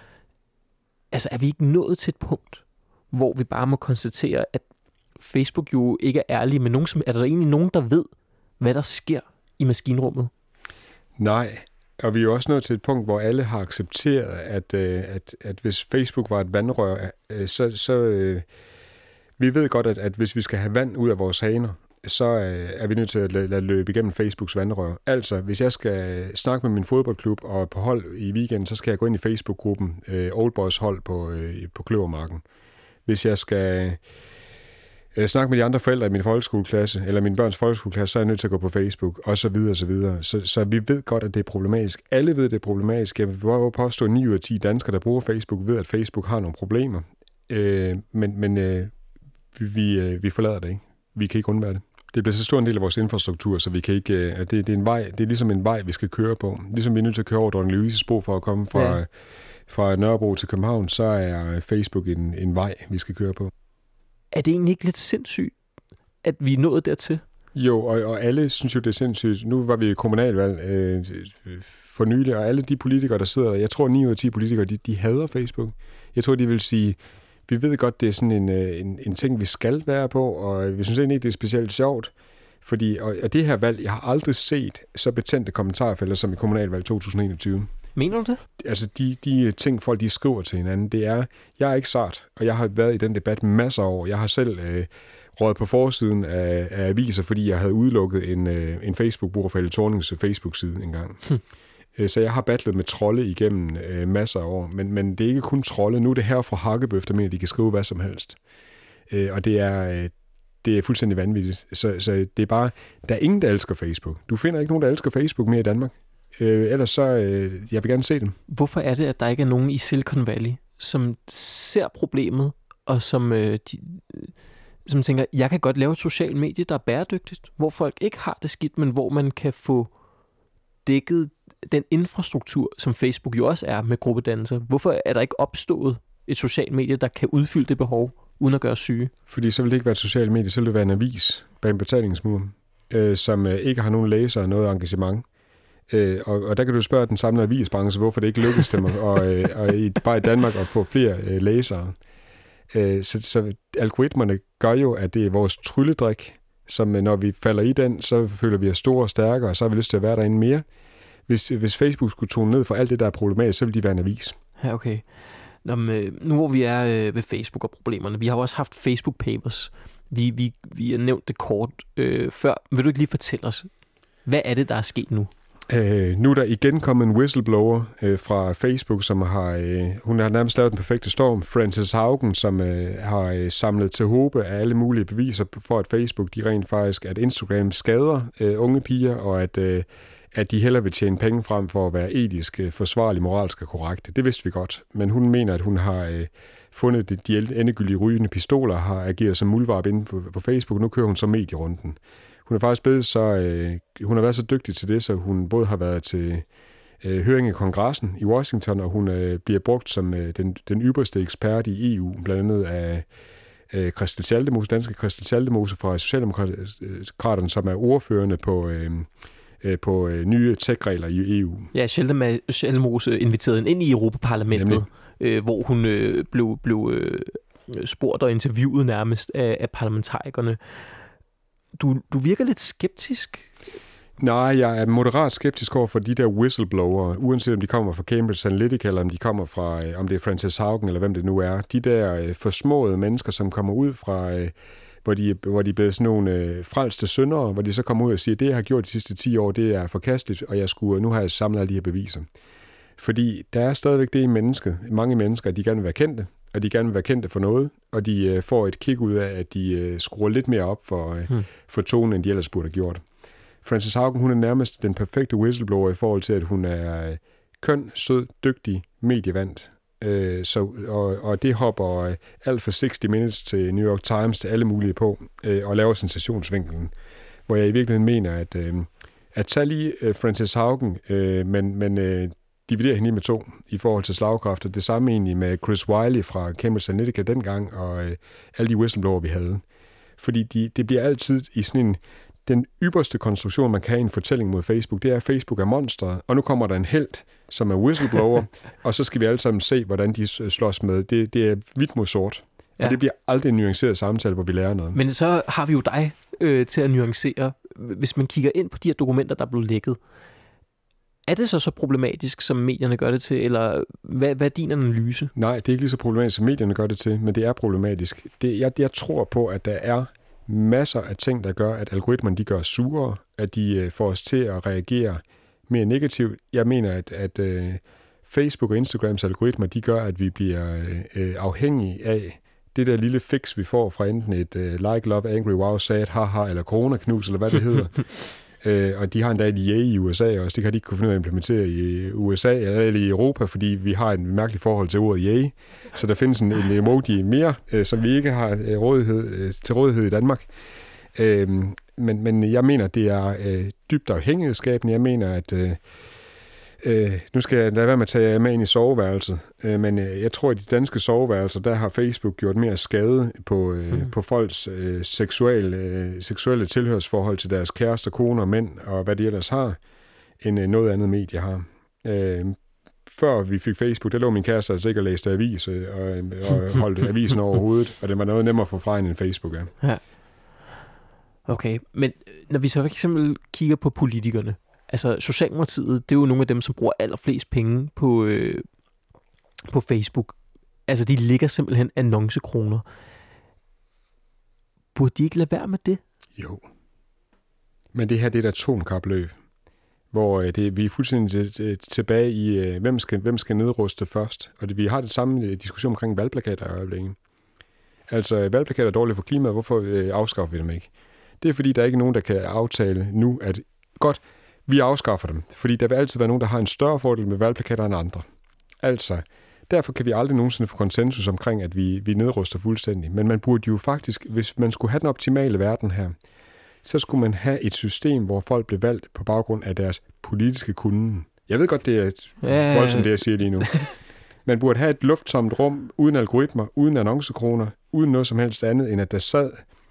Altså, er vi ikke nået til et punkt, hvor vi bare må konstatere, at Facebook jo ikke er ærlig med nogen, er der egentlig nogen, der ved, hvad der sker i maskinrummet? Nej, og vi er jo også nået til et punkt, hvor alle har accepteret, at hvis Facebook var et vandrør, så vi ved godt, at hvis vi skal have vand ud af vores haner, så er vi nødt til at lade løbe igennem Facebooks vandrør. Altså, hvis jeg skal snakke med min fodboldklub og på hold i weekenden, så skal jeg gå ind i Facebook-gruppen Old Boys hold på Kløvermarken. Hvis jeg skal snakke med de andre forældre i min folkeskoleklasse, eller min børns folkeskoleklasse, så er jeg nødt til at gå på Facebook, og så videre, og så videre. Så vi ved godt, at det er problematisk. Alle ved, at det er problematisk. Jeg vil bare påstå, at 9 ud af 10 danskere, der bruger Facebook, ved, at Facebook har nogle problemer. Men vi forlader det ikke. Vi kan ikke undvære det. Det bliver så stor en del af vores infrastruktur, så vi kan ikke. Det er en vej. Det er ligesom en vej, vi skal køre på. Ligesom vi er nødt til at køre over Dronning Louises bro for at komme fra Nørrebro til København, så er Facebook en vej, vi skal køre på. Er det egentlig ikke lidt sindssygt, at vi er nået dertil? Jo, og alle synes jo, det er sindssygt. Nu var vi i kommunalvalg for nylig, og alle de politikere, der sidder der, jeg tror 9 ud af 10 politikere, de hader Facebook. Jeg tror, de vil sige, vi ved godt, det er sådan en ting, vi skal være på, og vi synes egentlig ikke, det er specielt sjovt. Fordi, og det her valg, jeg har aldrig set så betændte kommentarfelter som i kommunalvalg 2021. Mener du det? Altså de ting, folk de skriver til hinanden, det er, jeg er ikke sart, og jeg har været i den debat masser af år. Jeg har selv røget på forsiden af aviser, fordi jeg havde udelukket en Facebook-bruger fra Helle Thornings Facebook-side engang. Så jeg har battlet med trolde igennem masser af år, men det er ikke kun trolde. Nu er det her fra Hakkebøf, der mener, de kan skrive hvad som helst. Og det er fuldstændig vanvittigt. Så det er bare, der er ingen, der elsker Facebook. Du finder ikke nogen, der elsker Facebook mere i Danmark. Ellers så, jeg vil gerne se dem. Hvorfor er det, at der ikke er nogen i Silicon Valley, som ser problemet, og som tænker, jeg kan godt lave et socialt medie, der er bæredygtigt, hvor folk ikke har det skidt, men hvor man kan få dækket den infrastruktur, som Facebook jo også er med gruppedannelser. Hvorfor er der ikke opstået et socialt medie, der kan udfylde det behov, uden at gøre syge? Fordi så vil det ikke være et socialt medie, så vil det være en avis bag en betalingsmur, som ikke har nogen læsere og noget engagement. Og der kan du spørge den samlede avisbranche, hvorfor det ikke lykkes dem bare i Danmark at få flere læsere. Så algoritmerne gør jo, at det er vores trylledrik, som når vi falder i den, så føler vi os store og stærkere, og så har vi lyst til at være derinde mere. Hvis Facebook skulle tone ned for alt det, der er problematisk, så vil de være en avis. Ja, okay. Nu hvor vi er ved Facebook og problemerne, vi har også haft Facebook Papers. Vi har nævnt det kort før. Vil du ikke lige fortælle os, hvad er det, der er sket nu? Nu er der igen kommet en whistleblower fra Facebook, som hun har nærmest lavet den perfekte storm. Frances Haugen, som har samlet til håbe af alle mulige beviser for, at Facebook, de rent faktisk, at Instagram skader unge piger, og at de hellere vil tjene penge frem for at være etisk, forsvarlig, moralsk og korrekte. Det vidste vi godt, men hun mener, at hun har fundet de endegyldige rygende pistoler, har ageret som muldvarp inde på Facebook. Nu kører hun så medierunden. Hun er faktisk hun har været så dygtig til det, så hun både har været til høring i kongressen i Washington, og hun bliver brugt som den ypperste ekspert i EU, blandt andet af Christel Schaldemose, danske Christel Schaldemose fra Socialdemokraterne, som er ordførende på nye tech-regler i EU. Ja, Schaldemose inviterede hende ind i Europaparlamentet, hvor hun blev spurgt og interviewet nærmest af parlamentarikerne. Du virker lidt skeptisk. Nej, jeg er moderat skeptisk over for de der whistleblower, uanset om de kommer fra Cambridge Analytica, eller om de kommer fra, om det er Frances Haugen, eller hvem det nu er. De der forsmåede mennesker, som kommer ud fra, hvor de er blevet sådan nogle frelste syndere, hvor de så kommer ud og siger, det jeg har gjort de sidste 10 år, det er forkasteligt, og nu har jeg samlet alle de her beviser. Fordi der er stadigvæk det i mennesket, mange mennesker, de gerne vil være kendte, og de gerne vil være kendte for noget, og de får et kick ud af, at de skruer lidt mere op for tonen, end de ellers burde have gjort. Frances Haugen, hun er nærmest den perfekte whistleblower i forhold til, at hun er køn, sød, dygtig, medievand. Og det hopper alt fra 60 Minutes til New York Times til alle mulige på, og laver sensationsvinkelen, hvor jeg i virkeligheden mener, at tage lige Frances Haugen, men dividerer hende med 2 i forhold til slagkraft, og det samme egentlig med Chris Wiley fra Cambridge Analytica dengang, og alle de whistleblower, vi havde. Fordi det bliver altid i sådan den ypperste konstruktion, man kan have i en fortælling mod Facebook, det er, at Facebook er monstret, og nu kommer der en helt, som er whistleblower, og så skal vi alle sammen se, hvordan de slås med. Det er hvidt mod sort. Ja. Og det bliver aldrig en nuanceret samtale, hvor vi lærer noget. Men så har vi jo dig til at nuancere. Hvis man kigger ind på de her dokumenter, der blev lækket, er det så problematisk, som medierne gør det til, eller hvad er din analyse? Nej, det er ikke lige så problematisk, som medierne gør det til, men det er problematisk. Jeg tror på, at der er masser af ting, der gør, at algoritmerne de gør surere, at de får os til at reagere mere negativt. Jeg mener, at Facebook og Instagrams algoritmer, de gør, at vi bliver afhængige af det der lille fix, vi får fra enten et like, love, angry, wow, sad, haha, eller coronaknus, eller hvad det hedder. Og de har endda et EA i USA også. Det kan de ikke kunne finde ud af at implementere i USA eller i Europa, fordi vi har et mærkeligt forhold til ordet EA. Så der findes en emoji mere, som vi ikke har til rådighed i Danmark. Men jeg mener, det er dybt afhængighedsskabende. Jeg mener, at nu skal jeg lade være med at tage med ind i soveværelset, men jeg tror, at i de danske soveværelser, der har Facebook gjort mere skade på folks seksuelle tilhørsforhold til deres kærester, koner, mænd og hvad de ellers har, end noget andet medie har. Før vi fik Facebook, der lå min kæreste altså ikke og læste avis og holdt avisen over hovedet, og det var noget nemmere at få fra end Facebook er. Ja. Okay, men når vi så for eksempel kigger på politikerne, altså Socialdemokratiet, det er jo nogle af dem, som bruger allerflest penge på Facebook. Altså de ligger simpelthen annoncekroner. Burde de ikke lade være med det? Jo. Men det her, det er et atomkapløb, hvor vi er fuldstændig tilbage i, hvem skal nedruste først. Og vi har det samme diskussion omkring valgplakater i øjeblikket. Altså valgplakater er dårlige for klimaet, hvorfor afskaffer vi dem ikke? Det er fordi, der er ikke nogen, der kan aftale nu, at godt, vi afskaffer dem, fordi der vil altid være nogen, der har en større fordel med valgplakater end andre. Altså, derfor kan vi aldrig nogensinde få konsensus omkring, at vi nedruster fuldstændig. Men man burde jo faktisk, hvis man skulle have den optimale verden her, så skulle man have et system, hvor folk blev valgt på baggrund af deres politiske kunnen. Jeg ved godt, det er voldsomt, det jeg siger lige nu. Man burde have et lufttomt rum, uden algoritmer, uden annoncekroner, uden noget som helst andet, end at der sad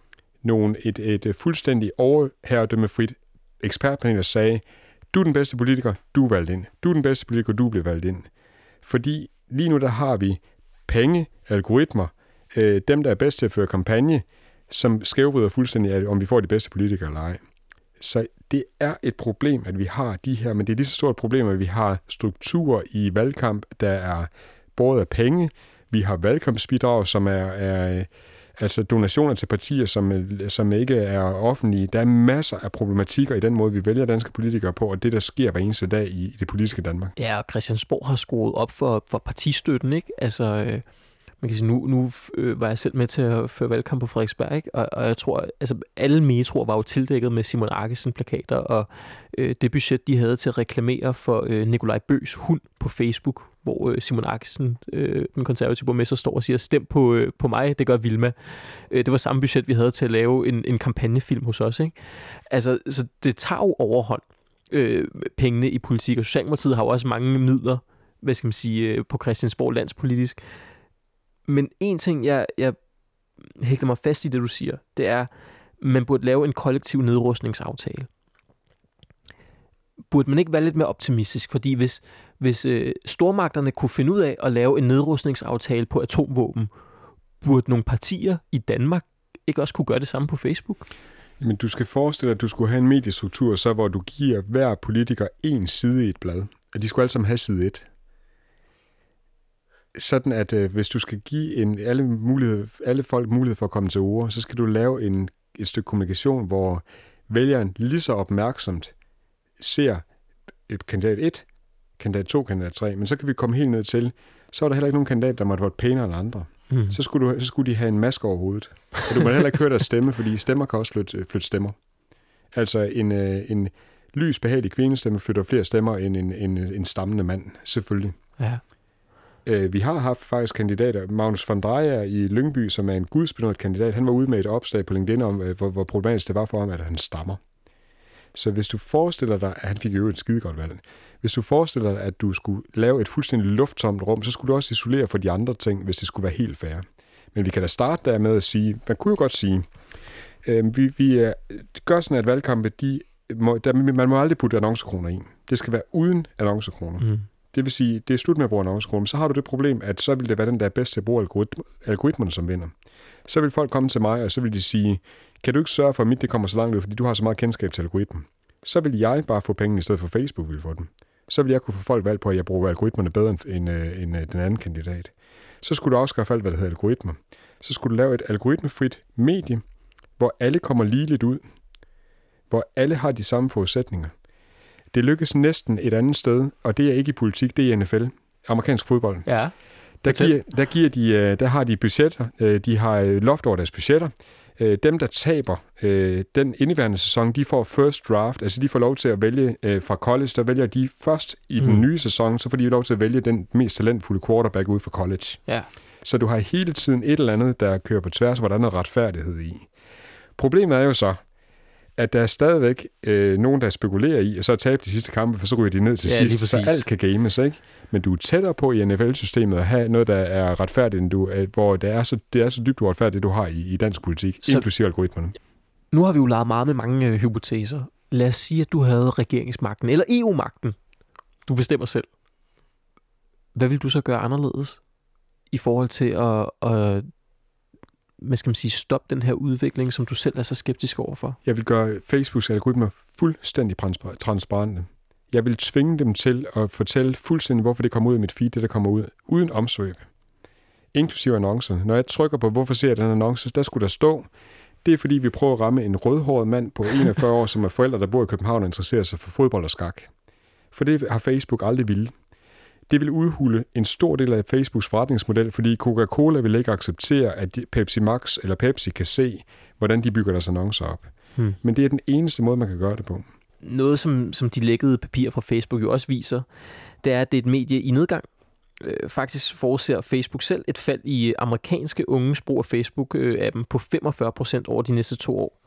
et fuldstændig overherredømmefrit ekspertpanel, der sagde, du er den bedste politiker, du er valgt ind. Du er den bedste politiker, du bliver valgt ind. Fordi lige nu der har vi penge, algoritmer, dem der er bedst til at føre kampagne, som skævvrider fuldstændig, om vi får de bedste politikere eller ej. Så det er et problem, at vi har de her, men det er lige så stort et problem, at vi har strukturer i valgkamp, der er båret af penge. Vi har valgkampsbidrag, som er altså donationer til partier, som ikke er offentlige. Der er masser af problematikker i den måde, vi vælger danske politikere på, og det, der sker hver eneste dag i det politiske Danmark. Ja, og Christiansborg har skruet op for partistøtten, ikke? Altså, man kan sige, nu var jeg selv med til at føre valgkamp på Frederiksberg, ikke? Og jeg tror, altså alle metroer var jo tildækket med Simon Arkesen-plakater, og det budget, de havde til at reklamere for Nikolaj Bøs hund på Facebook, hvor Simon Arkesen, den konservative borgmester, står og siger, stem på mig, det gør Vilma. Det var samme budget, vi havde til at lave en kampagnefilm hos os, ikke? Altså, så det tager jo overhånd pengene i politik, og Socialdemokratiet har jo også mange midler, hvad skal man sige, på Christiansborg landspolitisk. Men en ting, jeg hægter mig fast i det, du siger, det er, man burde lave en kollektiv nedrustningsaftale. Burde man ikke være lidt mere optimistisk? Fordi hvis stormagterne kunne finde ud af at lave en nedrustningsaftale på atomvåben, burde nogle partier i Danmark ikke også kunne gøre det samme på Facebook? Men du skal forestille dig, at du skulle have en mediestruktur, så hvor du giver hver politiker en side i et blad. Og de skulle alle sammen have side 1. Sådan at hvis du skal give alle folk mulighed for at komme til ord, så skal du lave et stykke kommunikation, hvor vælgeren lige så opmærksomt ser kandidat 1, kandidat 2, kandidat 3, men så kan vi komme helt ned til, så er der heller ikke nogen kandidat, der måtte være pænere end andre. Mm. Så skulle de have en maske over hovedet. Og du må heller ikke høre deres stemme, fordi stemmer kan også flytte stemmer. Altså en lys, behagelig kvindestemme flytter flere stemmer end en stammende mand, selvfølgelig. Ja. Vi har haft faktisk kandidater. Magnus van Dreyer i Lyngby, som er en gudsbenådet kandidat, han var ude med et opslag på LinkedIn om, hvor problematisk det var for ham, at han stammer. Så hvis du forestiller dig, at han fik jo et skidegodt valg. Hvis du forestiller dig, at du skulle lave et fuldstændig lufttomt rum, så skulle du også isolere for de andre ting, hvis det skulle være helt fair. Men vi kan da starte der med at sige, man kunne jo godt sige, vi gør sådan, at valgkampe, man må aldrig putte annoncekroner i. Det skal være uden annoncekroner. Mm. Det vil sige, det er slut med at bruge annoncekroner. Så har du det problem, at så vil det være den, der er bedst til at bruge algoritmerne, som vinder. Så vil folk komme til mig, og så vil de sige, kan du ikke sørge for, at mit det kommer så langt ud, fordi du har så meget kendskab til algoritmen. Så vil jeg bare få penge, i stedet for Facebook vil få dem. Så vil jeg kunne få folk valg på, at jeg bruger algoritmerne bedre end den anden kandidat. Så skulle du afskaffe alt, hvad der hedder algoritmer. Så skulle du lave et algoritmefrit medie, hvor alle kommer ligeligt ud. Hvor alle har de samme forudsætninger. Det lykkes næsten et andet sted, og det er ikke i politik, det er i NFL. Amerikansk fodbold. Ja. Der har de budgetter. De har loft over deres budgetter. Dem, der taber den indeværende sæson, de får first draft. Altså, de får lov til at vælge fra college. Der vælger de først i den nye sæson, så får de lov til at vælge den mest talentfulde quarterback ud fra college. Ja. Så du har hele tiden et eller andet, der kører på tværs, hvor der er noget retfærdighed i. Problemet er jo så, at der er stadigvæk nogen, der spekulerer i, og så taber de sidste kampe, for så ryger de ned til sidst, så alt kan games, ikke? Men du er tættere på i NFL-systemet at have noget, der er retfærdigt, end hvor det er så dybt uretfærdigt, du har i dansk politik, så, inklusive algoritmerne. Nu har vi jo leget meget med mange hypoteser. Lad os sige, at du havde regeringsmagten, eller EU-magten. Du bestemmer selv. Hvad vil du så gøre anderledes i forhold til at hvad skal man sige, stoppe den her udvikling, som du selv er så skeptisk overfor? Jeg vil gøre Facebooks algoritmer fuldstændig transparente. Jeg vil tvinge dem til at fortælle fuldstændig, hvorfor det kommer ud i mit feed, det der kommer ud, uden omsvøb. Inklusive annoncer. Når jeg trykker på, hvorfor ser jeg den annonce, der skulle der stå, det er fordi, vi prøver at ramme en rødhåret mand på 41 år, som er forældre, der bor i København og interesserer sig for fodbold og skak. For det har Facebook aldrig ville. Det vil udhule en stor del af Facebooks forretningsmodel, fordi Coca-Cola vil ikke acceptere, at Pepsi Max eller Pepsi kan se, hvordan de bygger deres annoncer op. Men det er den eneste måde, man kan gøre det på. Noget, som de lækkede papirer fra Facebook jo også viser, det er, at det er et medie i nedgang. Faktisk forudser Facebook selv et fald i amerikanske unges brug af Facebook-appen på 45% over de næste 2 år.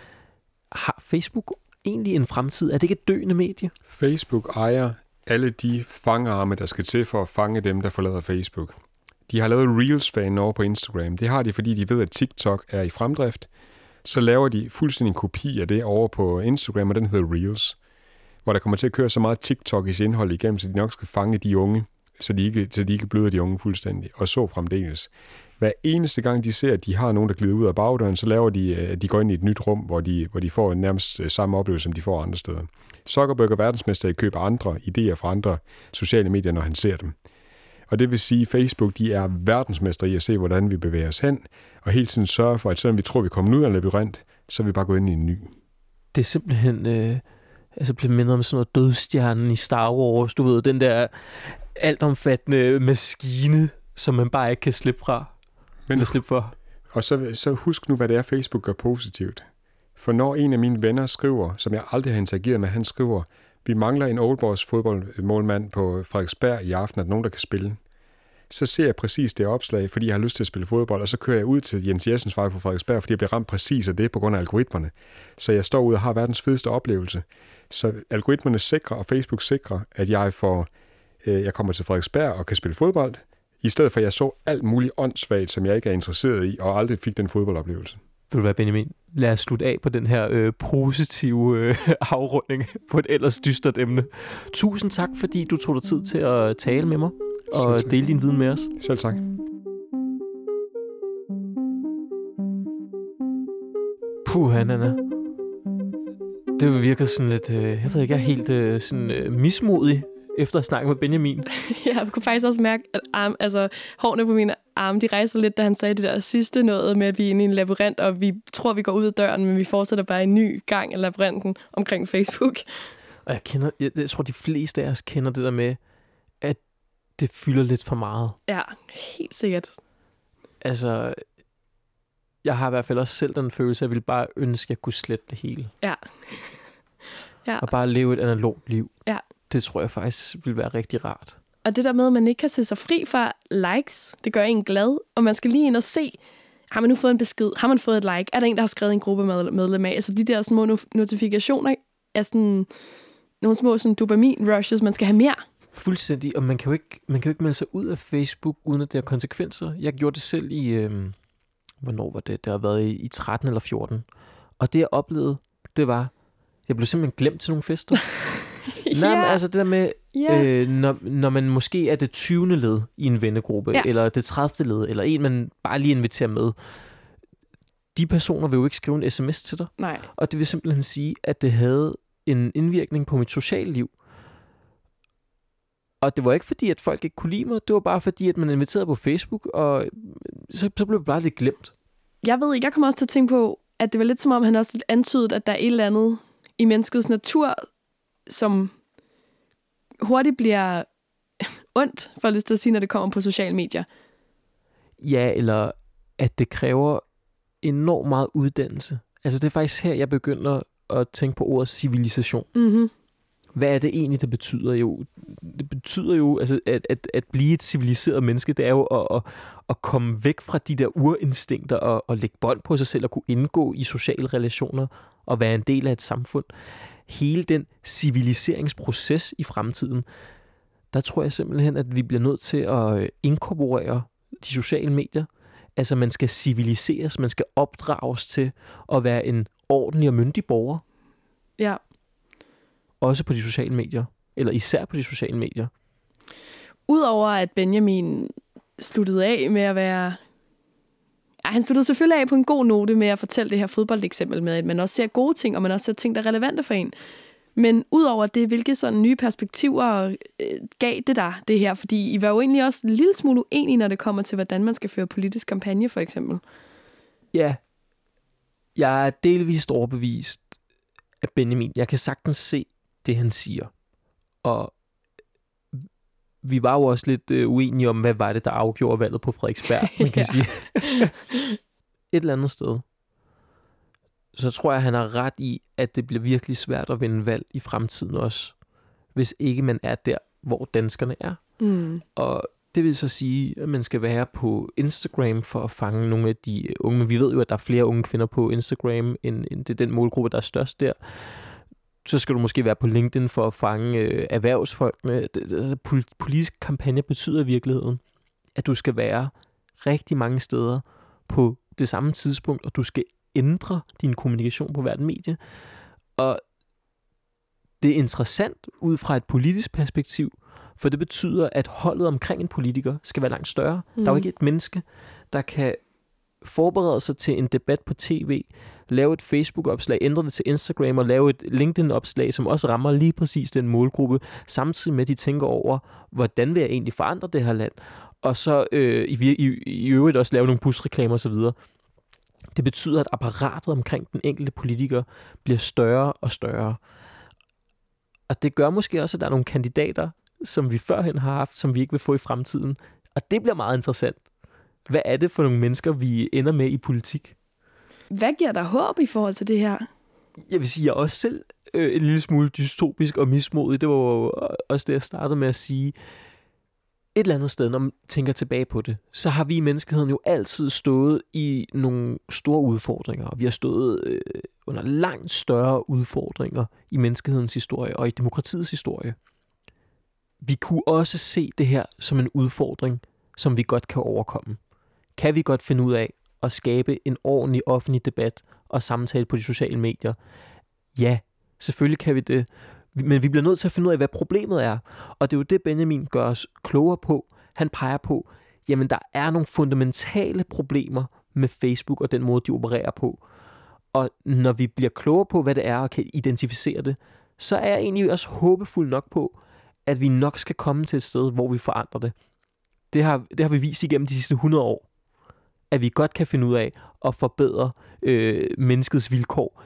Har Facebook egentlig en fremtid? Er det ikke et døende medie? Facebook ejer alle de fangarme, der skal til for at fange dem, der forlader Facebook. De har lavet Reels-fanen over på Instagram. Det har de, fordi de ved, at TikTok er i fremdrift. Så laver de fuldstændig en kopi af det over på Instagram, og den hedder Reels. Hvor der kommer til at køre så meget TikTok i sit indhold igennem, så de nok skal fange de unge, så de ikke bløder de unge fuldstændig. Og så fremdeles. Hver eneste gang, de ser, at de har nogen, der glider ud af bagdøren, så laver de, at de går ind i et nyt rum, hvor de får nærmest samme oplevelse, som de får andre steder. Zuckerberg er verdensmester i at købe andre idéer fra andre sociale medier, når han ser dem. Og det vil sige, at Facebook de er verdensmester i at se, hvordan vi bevæger os hen, og hele tiden sørge for, at selvom vi tror, vi kommer ud af en labyrint, så er vi bare gået ind i en ny. Det er simpelthen blevet mindre om sådan noget dødstjernen i Star Wars, du ved, den der altomfattende maskine, som man bare ikke kan slippe fra. Men slippe for. Og så husk nu, hvad det er, Facebook gør positivt. For når en af mine venner skriver, som jeg aldrig har interageret med, han skriver, vi mangler en Old Boys fodboldmålmand på Frederiksberg i aften, at nogen, der kan spille. Så ser jeg præcis det opslag, fordi jeg har lyst til at spille fodbold, og så kører jeg ud til Jens Jessens vej på Frederiksberg, fordi jeg bliver ramt præcis af det på grund af algoritmerne. Så jeg står ud og har verdens fedeste oplevelse. Så algoritmerne sikrer, og Facebook sikrer, at jeg kommer til Frederiksberg og kan spille fodbold, i stedet for at jeg så alt muligt åndssvagt, som jeg ikke er interesseret i, og aldrig fik den fodboldoplevelse. Vil du være, Benjamin? Lad os slutte af på den her positive afrunding på et ellers dystert emne. Tusind tak, fordi du tog dig tid til at tale med mig og dele din viden med os. Selv tak. Puha, Nana. Det virker sådan lidt, jeg ved ikke, jeg er helt sådan mismodig efter at snakke med Benjamin. Jeg kunne faktisk også mærke, at hårene på mine arme, de rejser lidt, da han sagde det der sidste noget med, at vi er inde i en labyrint, og vi tror, vi går ud af døren, men vi fortsætter bare en ny gang af labyrinten omkring Facebook. Og jeg tror, de fleste af os kender det der med, at det fylder lidt for meget. Ja, helt sikkert. Altså, jeg har i hvert fald også selv den følelse, at jeg ville bare ønske, at jeg kunne slette det hele. Ja. Og bare leve et analogt liv. Ja. Det tror jeg faktisk ville være rigtig rart. Og det der med, at man ikke kan se sig fri fra likes, det gør en glad. Og man skal lige ind og se, har man nu fået en besked? Har man fået et like? Er der en, der har skrevet en gruppe medlem af? Altså de der små notifikationer er sådan nogle små sådan dopamin-rushes, man skal have mere. Fuldstændig, og man kan jo ikke melde sig ud af Facebook, uden at det har konsekvenser. Jeg gjorde det selv i, hvornår var det? Det har været i 13 eller 14. Og det jeg oplevede, det var, jeg blev simpelthen glemt til nogle fester. Nej, men altså det der med, når man måske er det 20. led i en vennegruppe, eller det 30. led, eller en, man bare lige inviterer med, de personer vil jo ikke skrive en sms til dig. Nej. Og det vil simpelthen sige, at det havde en indvirkning på mit sociale liv. Og det var ikke fordi, at folk ikke kunne lide mig, det var bare fordi, at man inviterede på Facebook, og så blev det bare lidt glemt. Jeg ved ikke, jeg kommer også til at tænke på, at det var lidt som om, han også antydede, at der er et eller andet i menneskets natur, som hurtigt bliver ondt, for at lyst til at sige, når det kommer på sociale medier. Ja, eller at det kræver enormt meget uddannelse. Altså det er faktisk her, jeg begynder at tænke på ordet civilisation. Mm-hmm. Hvad er det egentlig, det betyder? Jo, det betyder jo, altså, at blive et civiliseret menneske, det er jo at komme væk fra de der urinstinkter og lægge bånd på sig selv og kunne indgå i sociale relationer og være en del af et samfund. Hele den civiliseringsproces i fremtiden, der tror jeg simpelthen, at vi bliver nødt til at inkorporere de sociale medier. Altså man skal civiliseres, man skal opdrages til at være en ordentlig og myndig borger. Ja. Også på de sociale medier, eller især på de sociale medier. Udover at Benjamin sluttede af med at være... Ja, han sluttede selvfølgelig af på en god note med at fortælle det her fodboldeksempel med, at man også ser gode ting, og man også ser ting, der er relevante for en. Men udover det, hvilke sådan nye perspektiver gav det der, det her? Fordi I var jo egentlig også en lille smule uenige, når det kommer til, hvordan man skal føre politisk kampagne, for eksempel. Ja, jeg er delvist overbevist af Benjamin. Jeg kan sagtens se det, han siger. Og vi var jo også lidt uenige om, hvad var det, der afgjorde valget på Frederiksberg, man kan sige. Et eller andet sted. Så tror jeg, han har ret i, at det bliver virkelig svært at vinde valg i fremtiden også, hvis ikke man er der, hvor danskerne er. Mm. Og det vil så sige, at man skal være på Instagram for at fange nogle af de unge. Vi ved jo, at der er flere unge kvinder på Instagram, end det er den målgruppe, der er størst der. Så skal du måske være på LinkedIn for at fange erhvervsfolkene. Politisk kampagne betyder i virkeligheden, at du skal være rigtig mange steder på det samme tidspunkt, og du skal ændre din kommunikation på hvert medie. Og det er interessant ud fra et politisk perspektiv, for det betyder, at holdet omkring en politiker skal være langt større. Der er jo ikke et menneske, der kan forberede sig til en debat på tv, lave et Facebook-opslag, ændre det til Instagram og lave et LinkedIn-opslag, som også rammer lige præcis den målgruppe, samtidig med, at de tænker over, hvordan vil jeg egentlig forandre det her land, og så i øvrigt også lave nogle busreklamer osv. Det betyder, at apparatet omkring den enkelte politiker bliver større og større. Og det gør måske også, at der er nogle kandidater, som vi førhen har haft, som vi ikke vil få i fremtiden. Og det bliver meget interessant. Hvad er det for nogle mennesker, vi ender med i politik? Hvad giver dig håb i forhold til det her? Jeg vil sige, at jeg er også selv en lille smule dystopisk og mismodig. Det var jo også det, jeg startede med at sige. Et eller andet sted, når man tænker tilbage på det, så har vi i menneskeheden jo altid stået i nogle store udfordringer. Og vi har stået under langt større udfordringer i menneskehedens historie og i demokratiets historie. Vi kunne også se det her som en udfordring, som vi godt kan overkomme. Kan vi godt finde ud af at skabe en ordentlig offentlig debat og samtale på de sociale medier? Ja, selvfølgelig kan vi det. Men vi bliver nødt til at finde ud af, hvad problemet er. Og det er jo det, Benjamin gør os klogere på. Han peger på, jamen der er nogle fundamentale problemer med Facebook og den måde, de opererer på. Og når vi bliver klogere på, hvad det er og kan identificere det, så er jeg egentlig også håbefuld nok på, at vi nok skal komme til et sted, hvor vi forandrer det. Det har vi vist igennem de sidste 100 år, at vi godt kan finde ud af at forbedre menneskets vilkår.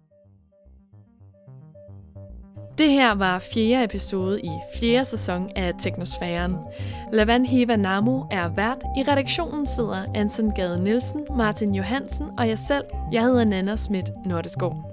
Det her var 4. episode i 4. sæson af Teknosfæren. Lavan Heva Namo er vært. I redaktionen sidder Anton Gade Nielsen, Martin Johansen og jeg selv. Jeg hedder Nanna Schmidt Nordeskov.